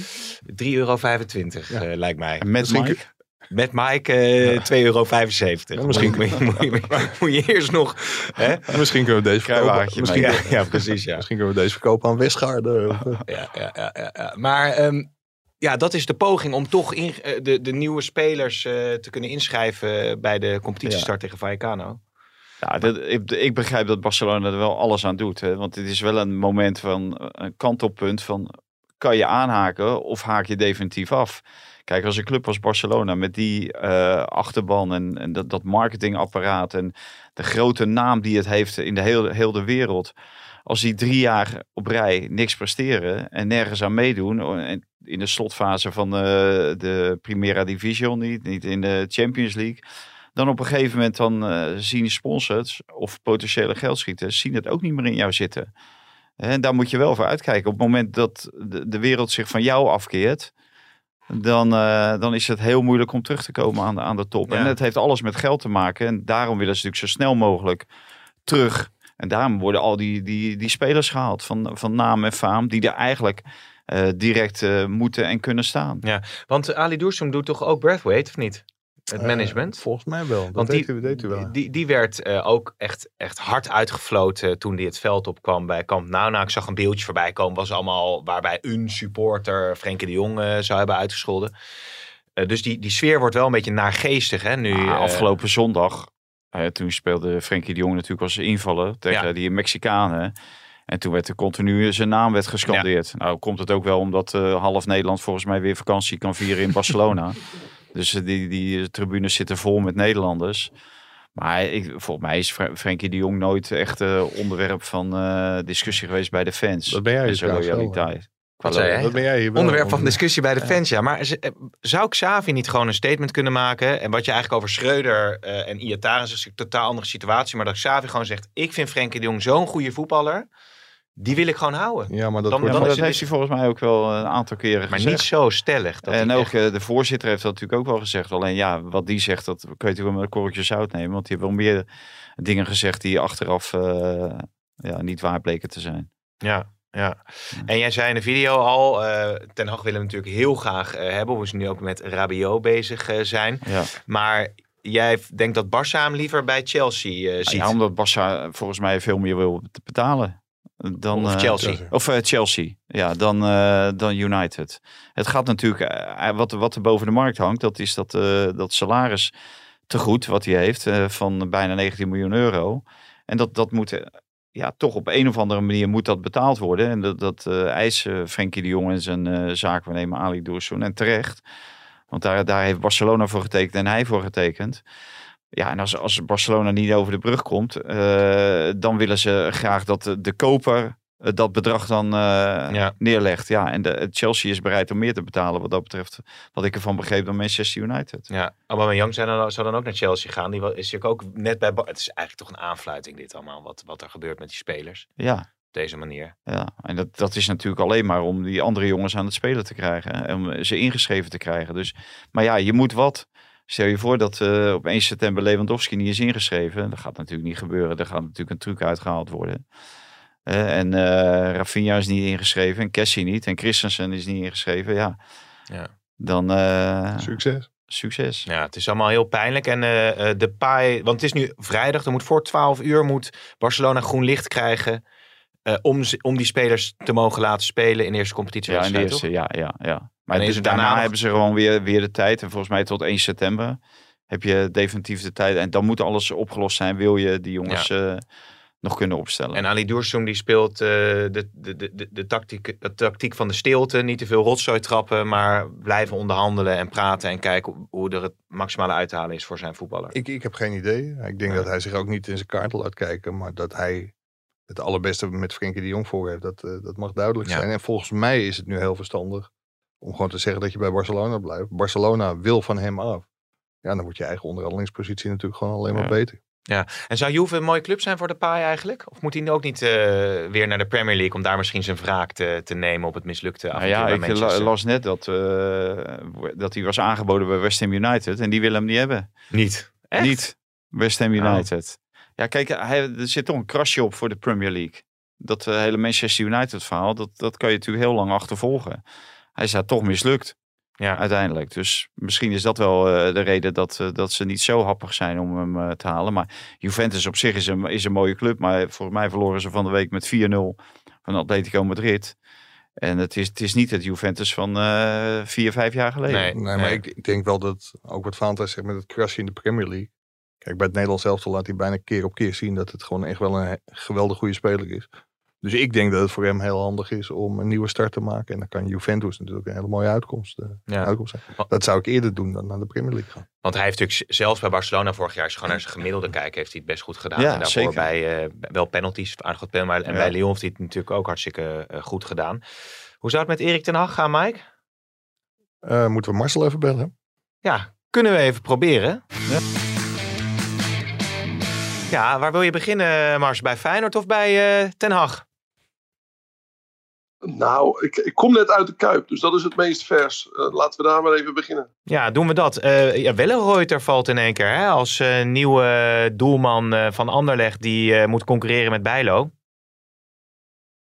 je? €3,25 lijkt mij. Met Mike? Met Mike €2,75. Ja, misschien moet je eerst nog... Hè? Misschien kunnen we deze verkopen. Ja, precies. Ja. Misschien kunnen we deze verkopen aan Westgaarden. Ja. Maar dat is de poging om toch de nieuwe spelers te kunnen inschrijven bij de competitiestart tegen Vallecano. Ja, ik begrijp dat Barcelona er wel alles aan doet. Hè? Want het is wel een moment van een kantelpunt van... kan je aanhaken of haak je definitief af? Kijk, als een club als Barcelona met die achterban en dat marketingapparaat en de grote naam die het heeft in de heel de wereld. Als die 3 jaar op rij niks presteren en nergens aan meedoen. In de slotfase van de Primera Division niet in de Champions League. Dan op een gegeven moment zien sponsors of potentiële geldschieters zien het ook niet meer in jou zitten. En daar moet je wel voor uitkijken. Op het moment dat de wereld zich van jou afkeert... Dan is het heel moeilijk om terug te komen aan de top. Ja. En het heeft alles met geld te maken. En daarom willen ze natuurlijk zo snel mogelijk terug. En daarom worden al die spelers gehaald van naam en faam... die er eigenlijk direct moeten en kunnen staan. Ja, want Ali Doersum doet toch ook Braithwaite, of niet? het management? Volgens mij wel. Want deed u wel. Die werd ook echt hard uitgefloten toen hij het veld opkwam bij Camp Nou. Nou, ik zag een beeldje voorbij komen. Was allemaal waarbij een supporter Frenkie de Jong zou hebben uitgescholden. Dus die sfeer wordt wel een beetje naargeestig. Hè, nu, afgelopen zondag, toen speelde Frenkie de Jong natuurlijk als invaller tegen die Mexicanen. En toen werd er continu zijn naam gescandeerd. Ja. Nou komt het ook wel omdat half Nederland volgens mij weer vakantie kan vieren in Barcelona. Dus die tribunes zitten vol met Nederlanders. Maar volgens mij is Frenkie de Jong nooit echt onderwerp van discussie geweest bij de fans. Dat ben jij dus loyaliteit. Wat ben jij hier wel onderwerp van discussie bij de fans, ja. Maar zou Xavi niet gewoon een statement kunnen maken? En wat je eigenlijk over Schreuder en Iataren is een totaal andere situatie. Maar dat Xavi gewoon zegt, ik vind Frenkie de Jong zo'n goede voetballer. Die wil ik gewoon houden. Ja, maar dat heeft hij volgens mij ook wel een aantal keren gezegd. Maar niet zo stellig. En ook de voorzitter heeft dat natuurlijk ook wel gezegd. Alleen ja, wat die zegt, dat kun je natuurlijk wel met een korreltje zout nemen. Want die heeft wel meer dingen gezegd die achteraf niet waar bleken te zijn. Ja. En jij zei in de video al, Ten Hag willen we natuurlijk heel graag hebben. Hoe ze nu ook met Rabiot bezig zijn. Ja. Maar jij denkt dat Barça hem liever bij Chelsea ziet? Ja, omdat Barça volgens mij veel meer wil betalen. Dan, of Chelsea. Chelsea, ja, dan United. Het gaat natuurlijk, wat er boven de markt hangt, dat is dat salaris tegoed wat hij heeft van bijna 19 miljoen euro. En dat moet toch op een of andere manier moet dat betaald worden. En dat eisen Frenkie de Jong en zijn zaakwaarnemer Ali Doursoen. En terecht, want daar heeft Barcelona voor getekend en hij voor getekend. Ja, en als Barcelona niet over de brug komt, dan willen ze graag dat de koper dat bedrag dan neerlegt. Ja, en Chelsea is bereid om meer te betalen wat dat betreft, wat ik ervan begreep, dan Manchester United. Ja, Aubameyang zou dan ook naar Chelsea gaan. Die is ook net bij... Het is eigenlijk toch een aanfluiting dit allemaal, wat er gebeurt met die spelers. Ja. Op deze manier. Ja, en dat is natuurlijk alleen maar om die andere jongens aan het spelen te krijgen. Om ze ingeschreven te krijgen. Dus, maar ja, je moet wat... Stel je voor dat op 1 september Lewandowski niet is ingeschreven. Dat gaat natuurlijk niet gebeuren. Er gaat natuurlijk een truc uitgehaald worden. En Rafinha is niet ingeschreven. En Kessie niet. En Christensen is niet ingeschreven. Ja. Dan... Succes. Ja, het is allemaal heel pijnlijk. En Depay... Want het is nu vrijdag. Er moet voor 12 uur moet Barcelona groen licht krijgen... om die spelers te mogen laten spelen in de eerste competitie. Ja, in de eerste, ja. Maar dus daarna hebben ze gewoon weer de tijd. En volgens mij tot 1 september heb je definitief de tijd. En dan moet alles opgelost zijn. Wil je die jongens nog kunnen opstellen. En Ali Doursoen die speelt de tactiek van de stilte. Niet te veel rotzooi trappen. Maar blijven onderhandelen en praten. En kijken hoe er het maximale uit te halen is voor zijn voetballer. Ik heb geen idee. Ik denk dat hij zich ook niet in zijn kaarten laat kijken. Maar dat hij het allerbeste met Frenkie de Jong voor heeft. Dat mag duidelijk zijn. En volgens mij is het nu heel verstandig om gewoon te zeggen dat je bij Barcelona blijft. Barcelona wil van hem af. Ja, dan wordt je eigen onderhandelingspositie natuurlijk gewoon alleen maar beter. Ja, en zou Juve een mooie club zijn voor Depay eigenlijk? Of moet hij ook niet weer naar de Premier League om daar misschien zijn wraak te nemen op het mislukte avontuur bij Manchester? Ik las net dat hij was aangeboden bij West Ham United en die willen hem niet hebben. Niet? Echt? Niet. West Ham United. Ja, kijk, er zit toch een krasje op voor de Premier League. Dat hele Manchester United verhaal, dat kan je natuurlijk heel lang achtervolgen. Hij is daar toch mislukt. Ja, uiteindelijk. Dus misschien is dat wel de reden dat ze niet zo happig zijn om hem te halen. Maar Juventus op zich is een mooie club. Maar volgens mij verloren ze van de week met 4-0 van Atletico Madrid. En het is niet het Juventus van 4-5 jaar geleden. Nee, maar ik denk wel dat, ook wat Fanta zegt met het krasje in de Premier League. Kijk, bij het Nederlands elftal laat hij bijna keer op keer zien dat het gewoon echt wel een geweldig goede speler is. Dus ik denk dat het voor hem heel handig is om een nieuwe start te maken. En dan kan Juventus natuurlijk een hele mooie uitkomst zijn. Dat zou ik eerder doen dan naar de Premier League gaan. Want hij heeft natuurlijk zelfs bij Barcelona vorig jaar, als je gewoon naar zijn gemiddelde kijkt, heeft hij het best goed gedaan. Ja, en daarvoor zeker. Bij wel penalties, aardig wat penalties. En bij Lyon heeft hij het natuurlijk ook hartstikke goed gedaan. Hoe zou het met Erik ten Hag gaan, Mike? Moeten we Marcel even bellen? Ja, kunnen we even proberen. Ja, waar wil je beginnen, Mars? Bij Feyenoord of bij Ten Hag? Nou, ik kom net uit de Kuip, dus dat is het meest vers. Laten we daar maar even beginnen. Ja, doen we dat. Wellenreuter valt in één keer hè, als nieuwe doelman van Anderlecht die moet concurreren met Bijlo.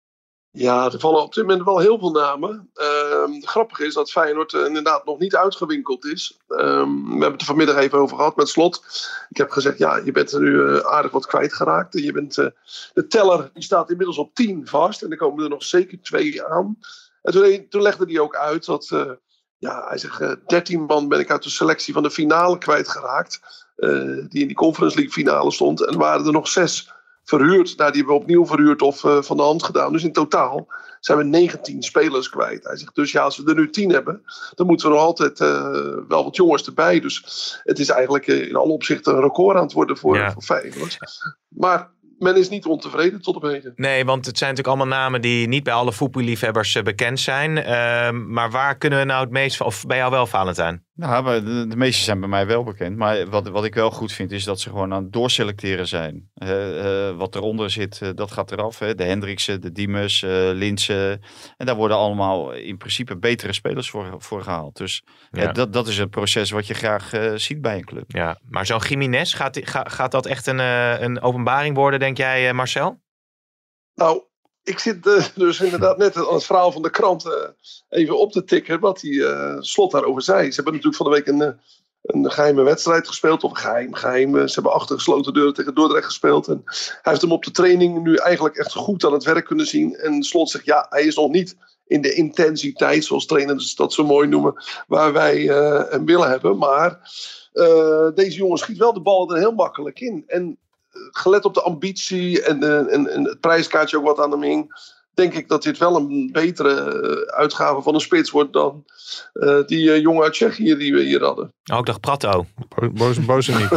Ja, er vallen op dit moment wel heel veel namen. Grappig is dat Feyenoord inderdaad nog niet uitgewinkeld is. We hebben het er vanmiddag even over gehad met Slot. Ik heb gezegd, ja, je bent er nu aardig wat kwijtgeraakt. Je bent, de teller die staat inmiddels op 10 vast. En er komen er nog zeker 2 aan. En toen legde hij ook uit dat... hij zegt, 13 man ben ik uit de selectie van de finale kwijtgeraakt. Die in die Conference League finale stond. En er waren er nog 6 verhuurd. Die hebben we opnieuw verhuurd of van de hand gedaan. Dus in totaal zijn we 19 spelers kwijt. Hij zegt, dus ja, als we er nu 10 hebben, dan moeten we nog altijd wel wat jongens erbij. Dus het is eigenlijk in alle opzichten een record aan het worden voor Feyenoord. Maar men is niet ontevreden tot op heden. Nee, want het zijn natuurlijk allemaal namen die niet bij alle voetballiefhebbers bekend zijn. Maar waar kunnen we nou het meest van... Of bij jou wel, Valentijn? Nou, de meeste zijn bij mij wel bekend. Maar wat ik wel goed vind is dat ze gewoon aan het doorselecteren zijn. Wat eronder zit, dat gaat eraf. De Hendriksen, de Diemers, Linsen. En daar worden allemaal in principe betere spelers voor gehaald. Dus dat is het proces wat je graag ziet bij een club. Ja, maar zo'n Gimenez, gaat dat echt een openbaring worden, denk jij, Marcel? Nou, ik zit dus inderdaad net aan het verhaal van de krant even op te tikken wat die Slot daarover zei. Ze hebben natuurlijk van de week een geheime wedstrijd gespeeld. Of geheim. Ze hebben achter gesloten deuren tegen Dordrecht gespeeld. En hij heeft hem op de training nu eigenlijk echt goed aan het werk kunnen zien. En Slot zegt, ja, hij is nog niet in de intensiteit, zoals trainers dat zo mooi noemen, waar wij hem willen hebben. Maar deze jongen schiet wel de bal er heel makkelijk in. En gelet op de ambitie en het prijskaartje ook wat aan hem hing, denk ik dat dit wel een betere uitgave van een spits wordt dan die jongen uit Tsjechië die we hier hadden. Oh, ik dacht Prato. Bozeniek.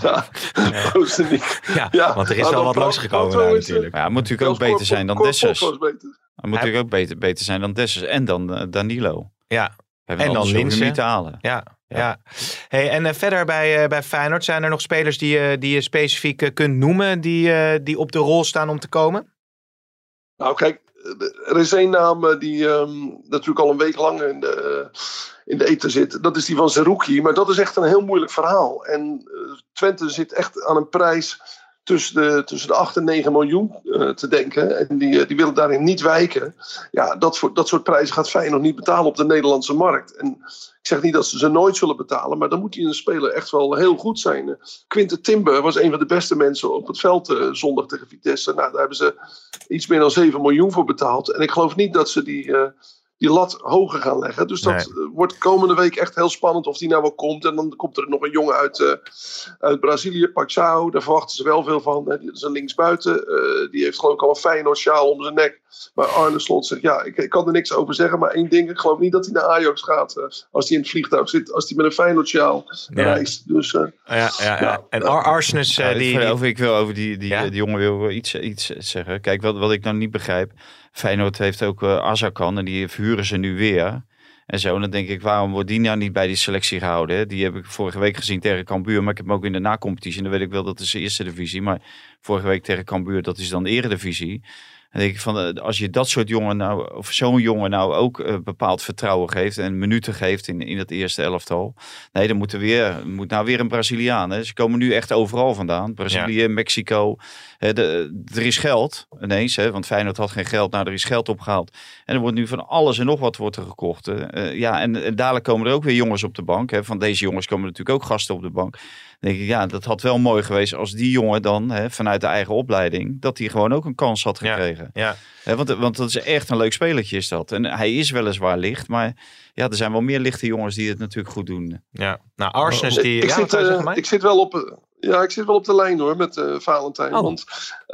Bozeniek. Ja, want er is wel wat langsgekomen daar natuurlijk. Maar ja, het moet natuurlijk ook beter zijn dan Dessers. Het moet natuurlijk ook beter zijn dan Dessers en dan Danilo. Ja, en dan Linsen. Niet te halen. Ja. Hey, en verder bij Feyenoord, zijn er nog spelers die je specifiek kunt noemen die op de rol staan om te komen? Nou kijk, er is één naam die natuurlijk al een week lang in de eten zit. Dat is die van Zerouki, maar dat is echt een heel moeilijk verhaal. En Twente zit echt aan een prijs tussen de 8 en 9 miljoen te denken. En die willen daarin niet wijken. Ja, dat soort prijzen gaat Feyenoord niet betalen op de Nederlandse markt. En ik zeg niet dat ze nooit zullen betalen, maar dan moet die een speler echt wel heel goed zijn. Quinten Timber was een van de beste mensen op het veld zondag tegen Vitesse. Nou, daar hebben ze iets meer dan 7 miljoen voor betaald. En ik geloof niet dat ze die lat hoger gaan leggen. Dus dat wordt komende week echt heel spannend of die nou wel komt. En dan komt er nog een jongen uit Brazilië, Paixão. Daar verwachten ze wel veel van. Dat is een linksbuiten. Die heeft geloof ik al een Feyenoord sjaal om zijn nek. Maar Arne Slot zegt, ja, ik kan er niks over zeggen. Maar één ding, ik geloof niet dat hij naar Ajax gaat. Als hij in het vliegtuig zit. Als hij met een Feyenoord sjaal reist. Dus, En Arsnes... Ik wil over die jongen wil iets zeggen. Kijk, wat ik nou niet begrijp. Feyenoord heeft ook Azarkan en die verhuren ze nu weer. En zo, en dan denk ik, waarom wordt die nou niet bij die selectie gehouden? Hè? Die heb ik vorige week gezien tegen Cambuur, maar ik heb hem ook in de nacompetitie. En dan weet ik wel, dat is de eerste divisie. Maar vorige week tegen Cambuur, dat is dan de eredivisie. En denk ik van, als je dat soort jongen nou, of zo'n jongen nou ook bepaald vertrouwen geeft en minuten geeft in het eerste elftal. Nee, dan moet nou weer een Braziliaan. Hè. Ze komen nu echt overal vandaan. Brazilië, Mexico. Er is geld ineens, hè, want Feyenoord had geen geld. Nou, er is geld opgehaald. En er wordt nu van alles en nog wat wordt er gekocht. En dadelijk komen er ook weer jongens op de bank. Hè. Van deze jongens komen natuurlijk ook gasten op de bank. Dan denk ik, dat had wel mooi geweest als die jongen dan, vanuit de eigen opleiding, dat hij gewoon ook een kans had gekregen. Ja. Want dat is echt een leuk spelertje is dat. En hij is weliswaar licht, maar er zijn wel meer lichte jongens die het natuurlijk goed doen. Ja, nou Arsens die... Ik zit wel op de lijn hoor, met Valentijn. Oh. Want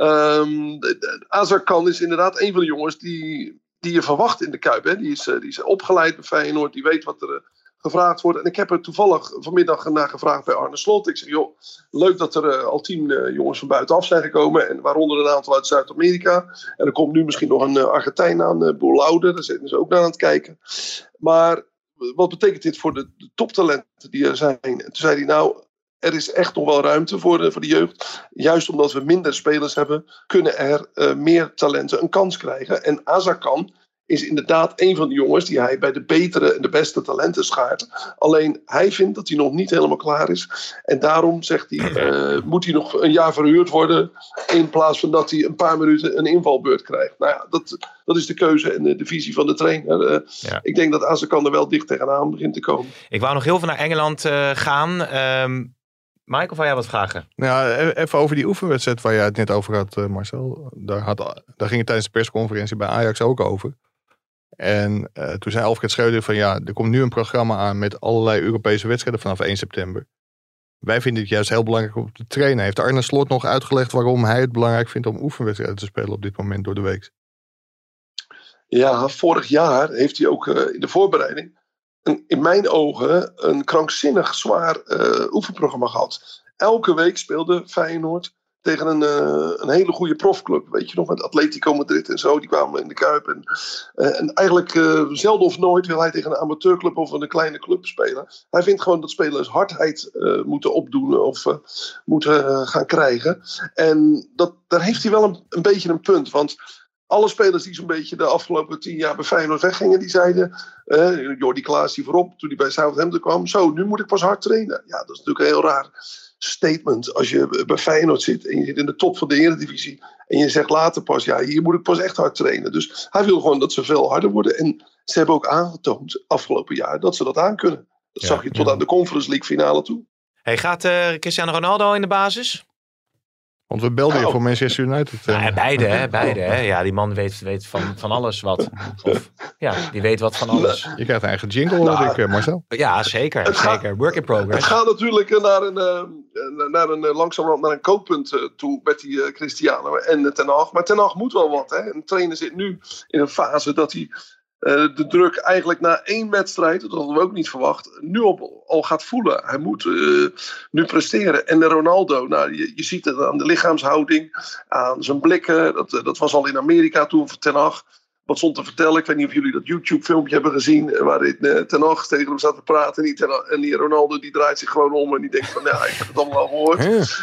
Azarkan is inderdaad een van de jongens die je verwacht in de Kuip. Hè? Die is opgeleid bij Feyenoord, die weet wat er gevraagd wordt. En ik heb er toevallig vanmiddag naar gevraagd bij Arne Slot. Ik zeg, joh, leuk dat er al 10 jongens van buitenaf zijn gekomen. En waaronder een aantal uit Zuid-Amerika. En er komt nu misschien nog een Argentijn aan, Boulaude. Daar zitten ze ook naar aan het kijken. Maar wat betekent dit voor de toptalenten die er zijn? En toen zei hij, nou, er is echt nog wel ruimte voor de jeugd. Juist omdat we minder spelers hebben, kunnen er meer talenten een kans krijgen. En Azarkan is inderdaad een van de jongens die hij bij de betere en de beste talenten schaart. Alleen hij vindt dat hij nog niet helemaal klaar is. En daarom zegt hij, moet hij nog een jaar verhuurd worden in plaats van dat hij een paar minuten een invalbeurt krijgt. Nou ja, dat is de keuze en de visie van de trainer. Ik denk dat Azarkan er wel dicht tegenaan begint te komen. Ik wou nog heel veel naar Engeland gaan. Mike, of wil jij wat vragen? Nou, even over die oefenwedstrijd waar jij het net over had, Marcel. Daar ging het tijdens de persconferentie bij Ajax ook over. En toen zei Alfred Schreuder van er komt nu een programma aan met allerlei Europese wedstrijden vanaf 1 september. Wij vinden het juist heel belangrijk om te trainen. Heeft Arne Slot nog uitgelegd waarom hij het belangrijk vindt om oefenwedstrijden te spelen op dit moment door de week? Ja, vorig jaar heeft hij ook in de voorbereiding in mijn ogen een krankzinnig zwaar oefenprogramma gehad. Elke week speelde Feyenoord tegen een hele goede profclub. Weet je nog, met Atletico Madrid en zo. Die kwamen in de Kuip. En eigenlijk zelden of nooit wil hij tegen een amateurclub of een kleine club spelen. Hij vindt gewoon dat spelers hardheid moeten opdoen of moeten gaan krijgen. En daar heeft hij wel een beetje een punt. Want alle spelers die zo'n beetje de afgelopen 10 jaar bij Feyenoord weggingen, die zeiden, Jordi Klaas die voorop, toen hij bij Southampton kwam, zo, nu moet ik pas hard trainen. Ja, dat is natuurlijk een heel raar statement als je bij Feyenoord zit en je zit in de top van de Eredivisie en je zegt later pas, hier moet ik pas echt hard trainen. Dus hij wil gewoon dat ze veel harder worden en ze hebben ook aangetoond afgelopen jaar dat ze dat aankunnen. Dat zag je tot aan de Conference League finale toe. Hey, gaat Cristiano Ronaldo in de basis? Want we belden je voor Manchester United. Beide. Hè? Ja, die man weet van alles wat. Of, die weet wat van alles. Je krijgt een eigen jingle, hoor ik, Marcel. Ja, zeker. Work in progress. Het gaat natuurlijk langzamerhand naar een kookpunt toe met die Cristiano en Ten Hag. Maar Ten Hag moet wel wat. Hè? En de trainer zit nu in een fase dat hij de druk eigenlijk na 1 wedstrijd, dat hadden we ook niet verwacht, nu al gaat voelen. Hij moet nu presteren. En de Ronaldo, je ziet het aan de lichaamshouding, aan zijn blikken. Dat was al in Amerika toen voor Ten Hag wat stond te vertellen. Ik weet niet of jullie dat YouTube-filmpje hebben gezien, waarin Ten Hag tegen hem staat te praten. En die Ronaldo die draait zich gewoon om en die denkt van, ik heb het allemaal al gehoord.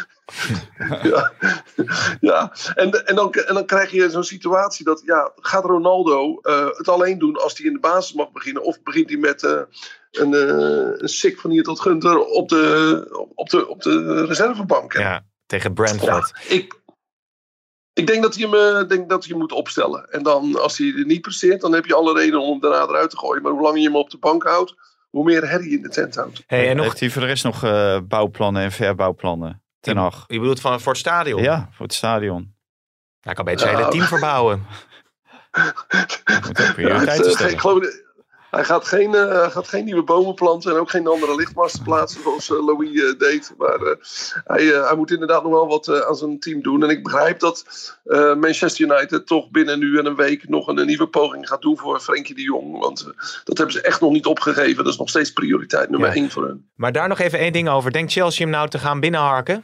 Ja. En dan krijg je zo'n situatie dat, gaat Ronaldo het alleen doen als hij in de basis mag beginnen? Of begint hij met een sik van hier tot Gunter op de reservebank? Ja, tegen Brentford. Ja, ik denk dat hij hem moet opstellen. En dan, als hij er niet presteert, dan heb je alle reden om hem daarna eruit te gooien. Maar hoe langer je hem op de bank houdt, hoe meer herrie in de tent houdt. Hey, en heeft hij voor de rest nog bouwplannen en verbouwplannen? Ten Hag. Je bedoelt voor het stadion? Ja, voor het stadion. Hij kan beter zijn hele team verbouwen. Moet ook prioriteiten stellen. Ik geloof, hij gaat geen nieuwe bomen planten en ook geen andere lichtmasten plaatsen zoals Louis deed. Maar hij moet inderdaad nog wel wat aan zijn team doen. En ik begrijp dat Manchester United toch binnen nu en een week nog een nieuwe poging gaat doen voor Frenkie de Jong. Want dat hebben ze echt nog niet opgegeven. Dat is nog steeds prioriteit nummer 1 voor hen. Maar daar nog even 1 ding over. Denkt Chelsea hem nou te gaan binnenharken?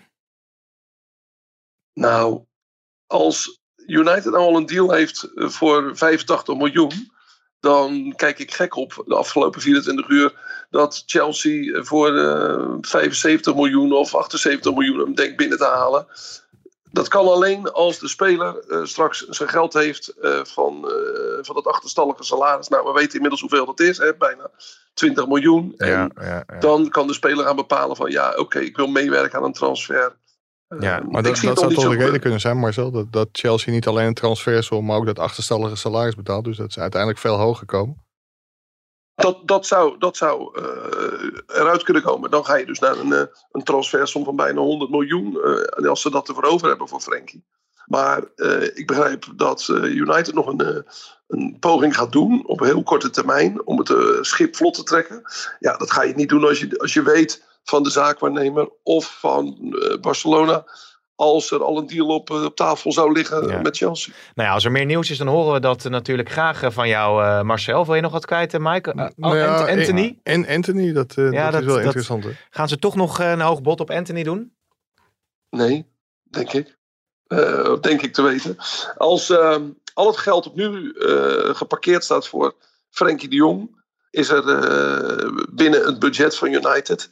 Nou, als United nou al een deal heeft voor 85 miljoen... dan kijk ik gek op de afgelopen 24 uur dat Chelsea voor 75 miljoen of 78 miljoen hem denkt binnen te halen. Dat kan alleen als de speler straks zijn geld heeft van dat achterstallige salaris. Nou, we weten inmiddels hoeveel dat is, hè? Bijna 20 miljoen. En dan kan de speler gaan bepalen van oké, ik wil meewerken aan een transfer. Maar dat zou toch de reden kunnen zijn, Marcel, dat Chelsea niet alleen een transfersom, maar ook dat achterstallige salaris betaalt. Dus dat is uiteindelijk veel hoger komen. Dat zou eruit kunnen komen. Dan ga je dus naar een transfersom van bijna 100 miljoen. En als ze dat ervoor over hebben voor Frenkie. Maar ik begrijp dat United nog een poging gaat doen op een heel korte termijn om het schip vlot te trekken. Ja, dat ga je niet doen als je weet van de zaakwaarnemer of van Barcelona, als er al een deal op tafel zou liggen met Chelsea. Nou ja, als er meer nieuws is, dan horen we dat natuurlijk graag van jou, Marcel. Wil je nog wat kwijt, Mike? Anthony? En Anthony, dat is wel interessant. Hè? Gaan ze toch nog een hoog bod op Anthony doen? Nee, denk ik. Denk ik te weten. Als al het geld op nu geparkeerd staat voor Frenkie de Jong, is er binnen het budget van United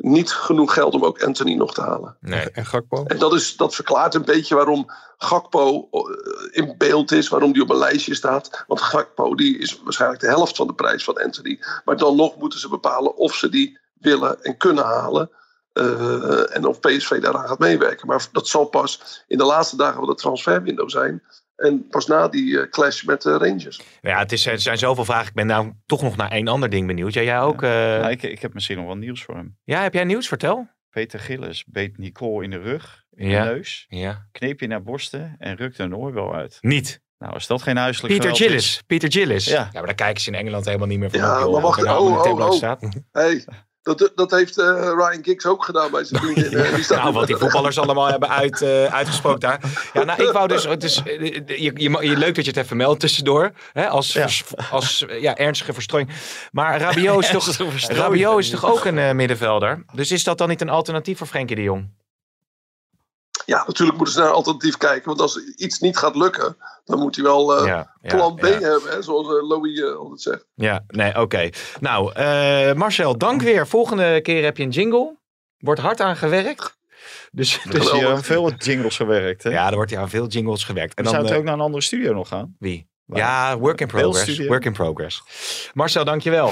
niet genoeg geld om ook Anthony nog te halen. Nee. En Gakpo? En dat verklaart een beetje waarom Gakpo in beeld is, waarom die op een lijstje staat. Want Gakpo die is waarschijnlijk de helft van de prijs van Anthony. Maar dan nog moeten ze bepalen of ze die willen en kunnen halen. En of PSV daaraan gaat meewerken. Maar dat zal pas in de laatste dagen van de transferwindow zijn. En pas na die clash met de Rangers. Ja, er zijn zoveel vragen. Ik ben nou toch nog naar één ander ding benieuwd. Jij ook? Nou, ik heb misschien nog wel nieuws voor hem. Ja, heb jij nieuws? Vertel. Peter Gillis beet Nicole in de rug, in Ja. de neus, Ja. kneep je naar borsten en rukte een oorbel uit. Niet. Nou, als dat geen huiselijk Peter geweld Gillis. Peter Gillis. Ja. Maar daar kijken ze in Engeland helemaal niet meer van. Ja, op, joh. maar wacht, Of er nou op een tabloid staat. Hey, dat heeft Ryan Giggs ook gedaan bij zijn vriendin. Die staat Nou, wat die voetballers allemaal hebben uitgesproken daar. Ja, nou, ik wou dus... leuk dat je het even meldt tussendoor. Hè, als ernstige verstrooiing. Maar Rabiot is toch ook een middenvelder? Dus is dat dan niet een alternatief voor Frenkie de Jong? Ja, natuurlijk moeten ze naar een alternatief kijken. Want als iets niet gaat lukken, dan moet hij wel plan B hebben. Hè, zoals Louis altijd zegt. Ja, nee, oké. Nou, Marcel, dank weer. Volgende keer heb je een jingle. Wordt hard aan gewerkt. Dus hier aan veel jingles gewerkt. Hè? ja, er wordt hier aan veel jingles gewerkt. En Zou dan, het ook naar een andere studio nog gaan? wie? Ja, work in progress. Beeldstudio. Work in progress. Marcel, dankjewel.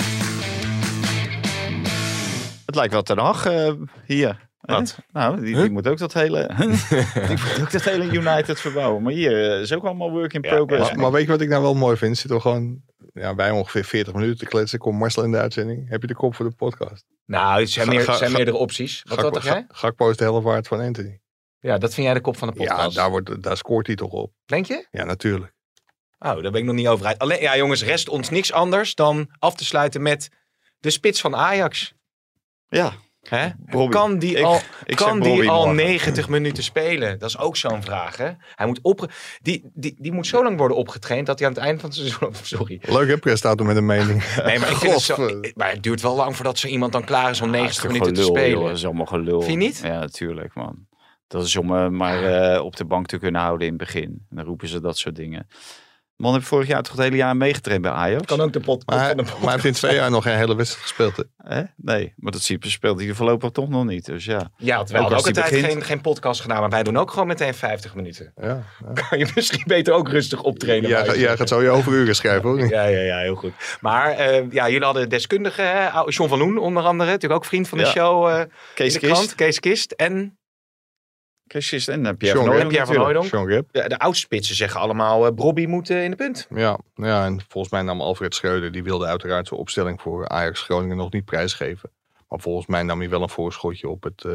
Het lijkt wel Ten Hag hier. Wat? Nou, die moet ook dat hele United verbouwen. Maar hier is ook allemaal work in progress. Maar weet je wat ik nou wel mooi vind? Zitten we gewoon bij ongeveer 40 minuten te kletsen. Komt Marcel in de uitzending. Heb je de kop voor de podcast? Nou, het zijn, zijn meerdere opties. Wat dacht jij? Gakpo is de helft waard van Anthony. Ja, dat vind jij de kop van de podcast. Ja, daar scoort hij toch op. Denk je? Ja, natuurlijk. Oh, daar ben ik nog niet over uit. Alleen, ja, jongens, rest ons niks anders dan af te sluiten met de spits van Ajax. Ja. Hè? Bobby. Kan die Ik zeg Bobby al morgen. 90 minuten spelen? Dat is ook zo'n vraag. Hè? Hij moet die moet zo lang worden opgetraind dat hij aan het eind van het seizoen... Sorry. Leuk hè, presentator met een mening. Nee, maar ik vind het zo... Maar het duurt wel lang voordat zo iemand dan klaar is om 90 minuten te spelen. Joh, dat is allemaal gelul. Vind je niet? Ja, natuurlijk man. Dat is om maar op de bank te kunnen houden in het begin. En dan roepen ze dat soort dingen. Man heeft vorig jaar toch het hele jaar meegetraind bij Ajax? Kan ook de pot. Maar hij heeft in 2 jaar nog geen hele wedstrijd gespeeld. Hè? Nee, maar dat speelt hij voorlopig toch nog niet. Dus ja. Ja, terwijl Ook ook als een die tijd begint. geen podcast gedaan. Maar wij doen ook gewoon meteen 50 minuten. Ja. Kan je misschien beter ook rustig optrainen. Jij gaat zo je overuren schrijven hoor. Ja, heel goed. Maar jullie hadden deskundigen, hè? John van Loen onder andere. Natuurlijk ook vriend van de show. Kees Kist. Kees Kist en Kees Kist en Pierre John van Rep, Hooijdonk. Pierre van Hooijdonk. John Rep. De oudspitsen zeggen allemaal Brobby moet in de punt. Ja, en volgens mij nam Alfred Schreuder, die wilde uiteraard zijn opstelling voor Ajax Groningen nog niet prijsgeven. Maar volgens mij nam hij wel een voorschotje op het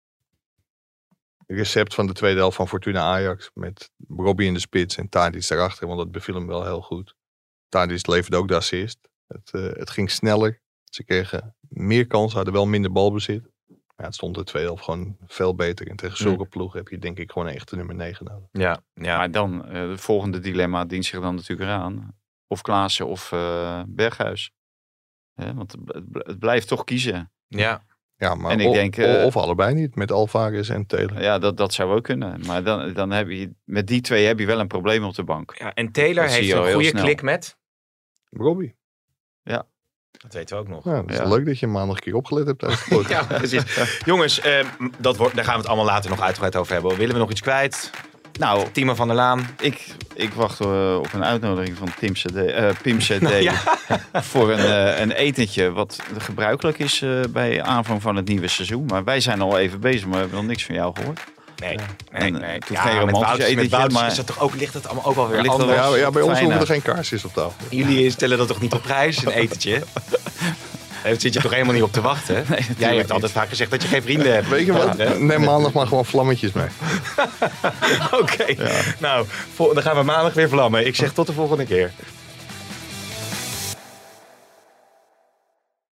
recept van de tweede helft van Fortuna Ajax. Met Robbie in de spits en Tadic daarachter, want dat beviel hem wel heel goed. Tadic leverde ook de assist. Het ging sneller. Ze kregen meer kansen, hadden wel minder balbezit. Ja, het stond de tweede helft gewoon veel beter. En tegen zulke ploegen heb je denk ik gewoon een echte nummer 9 nodig. Ja. Maar dan, het volgende dilemma dient zich dan natuurlijk eraan. Of Klaassen of Berghuis. Want het blijft toch kiezen. Ja. Ja, maar En ik denk, of allebei niet, met Alvarez en Taylor. Ja, dat zou ook kunnen. Maar dan heb je, met die twee heb je wel een probleem op de bank. Ja, en Taylor Dat zie heeft je al een heel goede snel. klik met. Robbie. Dat weten we ook nog. Ja, dat is Ja. leuk dat je maandag een keer opgelet hebt tijdens de podcast. Ja, precies. Jongens, daar gaan we het allemaal later nog uitgebreid over hebben. Willen we nog iets kwijt? Nou, Timo van der Laan. ik wacht op een uitnodiging van Pim CD Ja. voor een etentje wat gebruikelijk is bij aanvang van het nieuwe seizoen. Maar wij zijn al even bezig, maar we hebben nog niks van jou gehoord. Nee. En toen Ja, geen met romantisch Wouters etentje, maar is dat toch ook, ligt het allemaal ook wel weer Ligt dat anders. wel- Ja, bij ons Fijn, hoeven er hè? geen kaarsjes op tafel. Jullie stellen dat toch niet op prijs, een etentje? Daar zit je toch helemaal niet op te wachten? Jij hebt altijd vaak gezegd dat je geen vrienden hebt. Weet je wat? Hè? Neem maandag maar gewoon vlammetjes mee. Oké. Nou, dan gaan we maandag weer vlammen. Ik zeg tot de volgende keer.